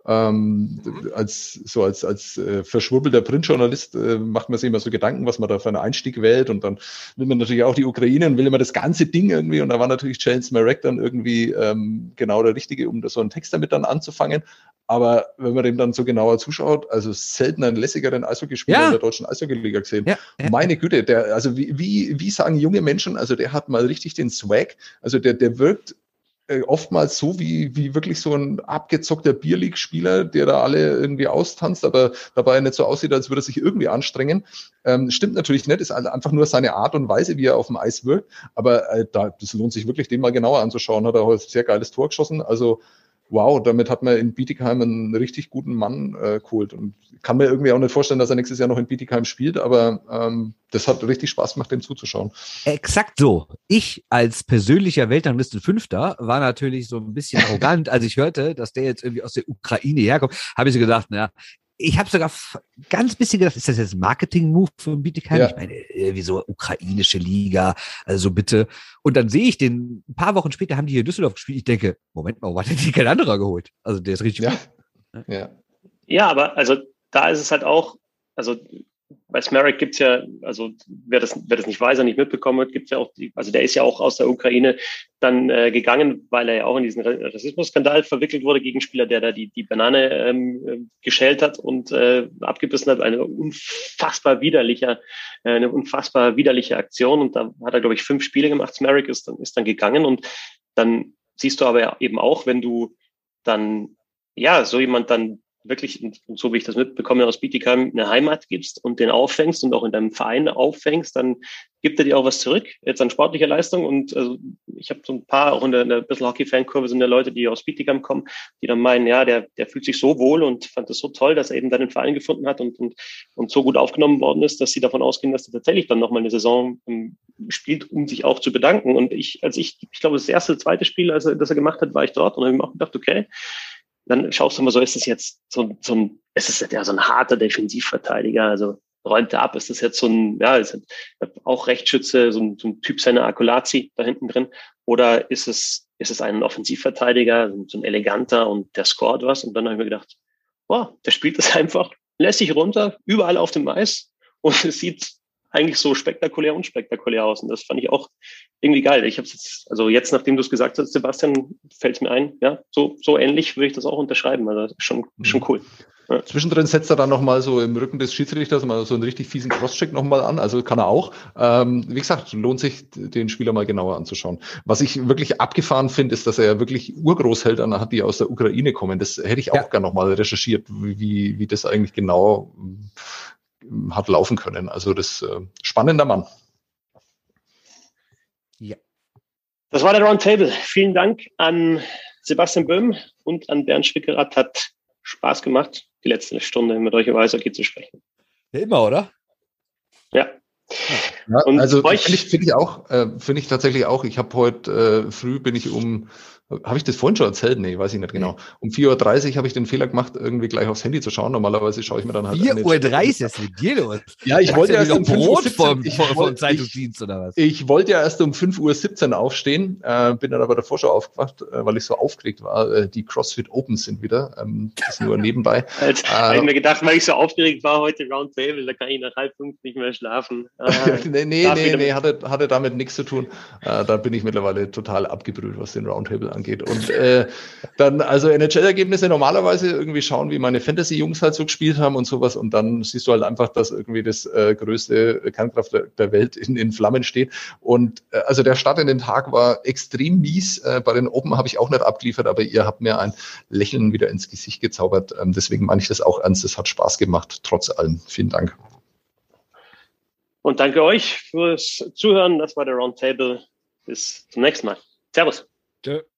Ähm, als so als als äh, verschwurbelter Printjournalist äh, macht man sich immer so Gedanken, was man da für einen Einstieg wählt, und dann will man natürlich auch die Ukraine und will immer das ganze Ding irgendwie, und da war natürlich Jalen Smarek dann irgendwie ähm, genau der Richtige, um da so einen Text damit dann anzufangen. Aber wenn man dem dann so genauer zuschaut, also selten einen lässigeren Eishockeyspieler Ja. in der deutschen Eishockey-Liga gesehen. Ja, ja. Meine Güte, der, also wie, wie, wie sagen junge Menschen, also der hat mal richtig den Swag, also der, der wirkt äh, oftmals so wie, wie wirklich so ein abgezockter Bierleague-Spieler, der da alle irgendwie austanzt, aber dabei nicht so aussieht, als würde er sich irgendwie anstrengen. Ähm, stimmt natürlich nicht, ist einfach nur seine Art und Weise, wie er auf dem Eis wirkt, aber äh, da, das lohnt sich wirklich, den mal genauer anzuschauen. Hat er auch ein sehr geiles Tor geschossen, also wow, damit hat man in Bietigheim einen richtig guten Mann äh, geholt. Und kann mir irgendwie auch nicht vorstellen, dass er nächstes Jahr noch in Bietigheim spielt, aber ähm, das hat richtig Spaß gemacht, dem zuzuschauen. Exakt so. Ich als persönlicher Weltranglistenfünfter war natürlich so ein bisschen arrogant, als ich hörte, dass der jetzt irgendwie aus der Ukraine herkommt. Habe ich so gedacht, naja, ich habe sogar f- ganz bisschen gedacht, ist das jetzt ein Marketing-Move für Bietigheim? Ja. Ich meine, irgendwie so ukrainische Liga, also bitte. Und dann sehe ich den, ein paar Wochen später haben die hier in Düsseldorf gespielt. Ich denke, Moment mal, warum hat die kein anderer geholt? Also der ist richtig Ja. gut. Ja. Ja, aber also da ist es halt auch, also bei Smarek gibt's ja, also wer das, wer das nicht weiß, er nicht mitbekommen hat, gibt's ja auch, die, also der ist ja auch aus der Ukraine dann äh, gegangen, weil er ja auch in diesen Rassismusskandal verwickelt wurde gegen Spieler, der da die, die Banane ähm, geschält hat und äh, abgebissen hat. Eine unfassbar widerliche, äh, eine unfassbar widerliche Aktion. Und da hat er, glaube ich, fünf Spiele gemacht. Smarek ist dann, ist dann gegangen, und dann siehst du aber eben auch, wenn du dann, ja, so jemand dann wirklich, und so wie ich das mitbekomme aus Bietigheim, eine Heimat gibst und den auffängst und auch in deinem Verein auffängst, dann gibt er dir auch was zurück, jetzt an sportlicher Leistung. Und also ich habe so ein paar, auch in der, in der bisschen Hockey-Fankurve sind ja Leute, die aus Bietigheim kommen, die dann meinen, ja, der, der fühlt sich so wohl und fand das so toll, dass er eben dann den Verein gefunden hat und, und, und so gut aufgenommen worden ist, dass sie davon ausgehen, dass er tatsächlich dann nochmal eine Saison um, spielt, um sich auch zu bedanken. Und ich, als ich, ich glaube, das erste, zweite Spiel, als er, das er gemacht hat, war ich dort und habe mir auch gedacht, okay, dann schaust du mal so, ist es jetzt so, so ein, ist es ja so ein harter Defensivverteidiger, also räumt er ab, ist das jetzt so ein, ja, ist auch Rechtsschütze, so ein, so ein Typ seiner Akulazzi da hinten drin, oder ist es, ist es ein Offensivverteidiger, so ein eleganter und der scoret was? Und dann habe ich mir gedacht, boah, der spielt das einfach lässig runter, überall auf dem Eis, und es sieht eigentlich so spektakulär, unspektakulär aus. Und das fand ich auch irgendwie geil. Ich habe jetzt, also jetzt, nachdem du es gesagt hast, Sebastian, fällt es mir ein, ja, so, so ähnlich würde ich das auch unterschreiben. Also das ist schon, schon cool. Ja. Zwischendrin setzt er dann nochmal so im Rücken des Schiedsrichters mal so einen richtig fiesen Crosscheck nochmal an. Also kann er auch. Ähm, wie gesagt, lohnt sich, den Spieler mal genauer anzuschauen. Was ich wirklich abgefahren finde, ist, dass er ja wirklich Urgroßeltern hat, die aus der Ukraine kommen. Das hätte ich auch ja. gerne nochmal recherchiert, wie, wie das eigentlich genau hat laufen können. Also das äh, spannender Mann. Ja. Das war der Roundtable. Vielen Dank an Sebastian Böhm und an Bernd Schwickerath. Hat Spaß gemacht, die letzte Stunde mit euch über Eishockey zu sprechen. Ja, immer, oder? Ja. Ja, und also finde ich, find ich auch, äh, finde ich tatsächlich auch. Ich habe heute äh, früh bin ich um, habe ich das vorhin schon erzählt? Nee, weiß ich nicht genau. Um vier Uhr dreißig habe ich den Fehler gemacht, irgendwie gleich aufs Handy zu schauen. Normalerweise schaue ich mir dann halt vier Uhr dreißig, was ist mit dir los? Ja, ich wollte ja erst um Brot vom, vom, vom Zeitungsdienst oder was? Ich, ich wollte ja erst um fünf Uhr siebzehn aufstehen, äh, bin dann aber davor schon aufgewacht, äh, weil ich so aufgeregt war. Äh, die CrossFit Opens sind wieder, ähm, das nur nebenbei. Jetzt äh, habe ich mir gedacht, weil ich so aufgeregt war heute Roundtable, da kann ich nach halb fünf nicht mehr schlafen. Äh, nee, nee, nee, nee, hatte, hatte damit nichts zu tun. Äh, da bin ich mittlerweile total abgebrüht, was den Roundtable angeht. Und äh, dann, also N H L-Ergebnisse normalerweise irgendwie schauen, wie meine Fantasy-Jungs halt so gespielt haben und sowas. Und dann siehst du halt einfach, dass irgendwie das äh, größte Kernkraft der Welt in, in Flammen steht. Und äh, also der Start in den Tag war extrem mies. Äh, bei den Open habe ich auch nicht abgeliefert, aber ihr habt mir ein Lächeln wieder ins Gesicht gezaubert. Ähm, deswegen meine ich das auch ernst. Es hat Spaß gemacht, trotz allem. Vielen Dank. Und danke euch fürs Zuhören. Das war der Roundtable. Bis zum nächsten Mal. Servus. Tschö.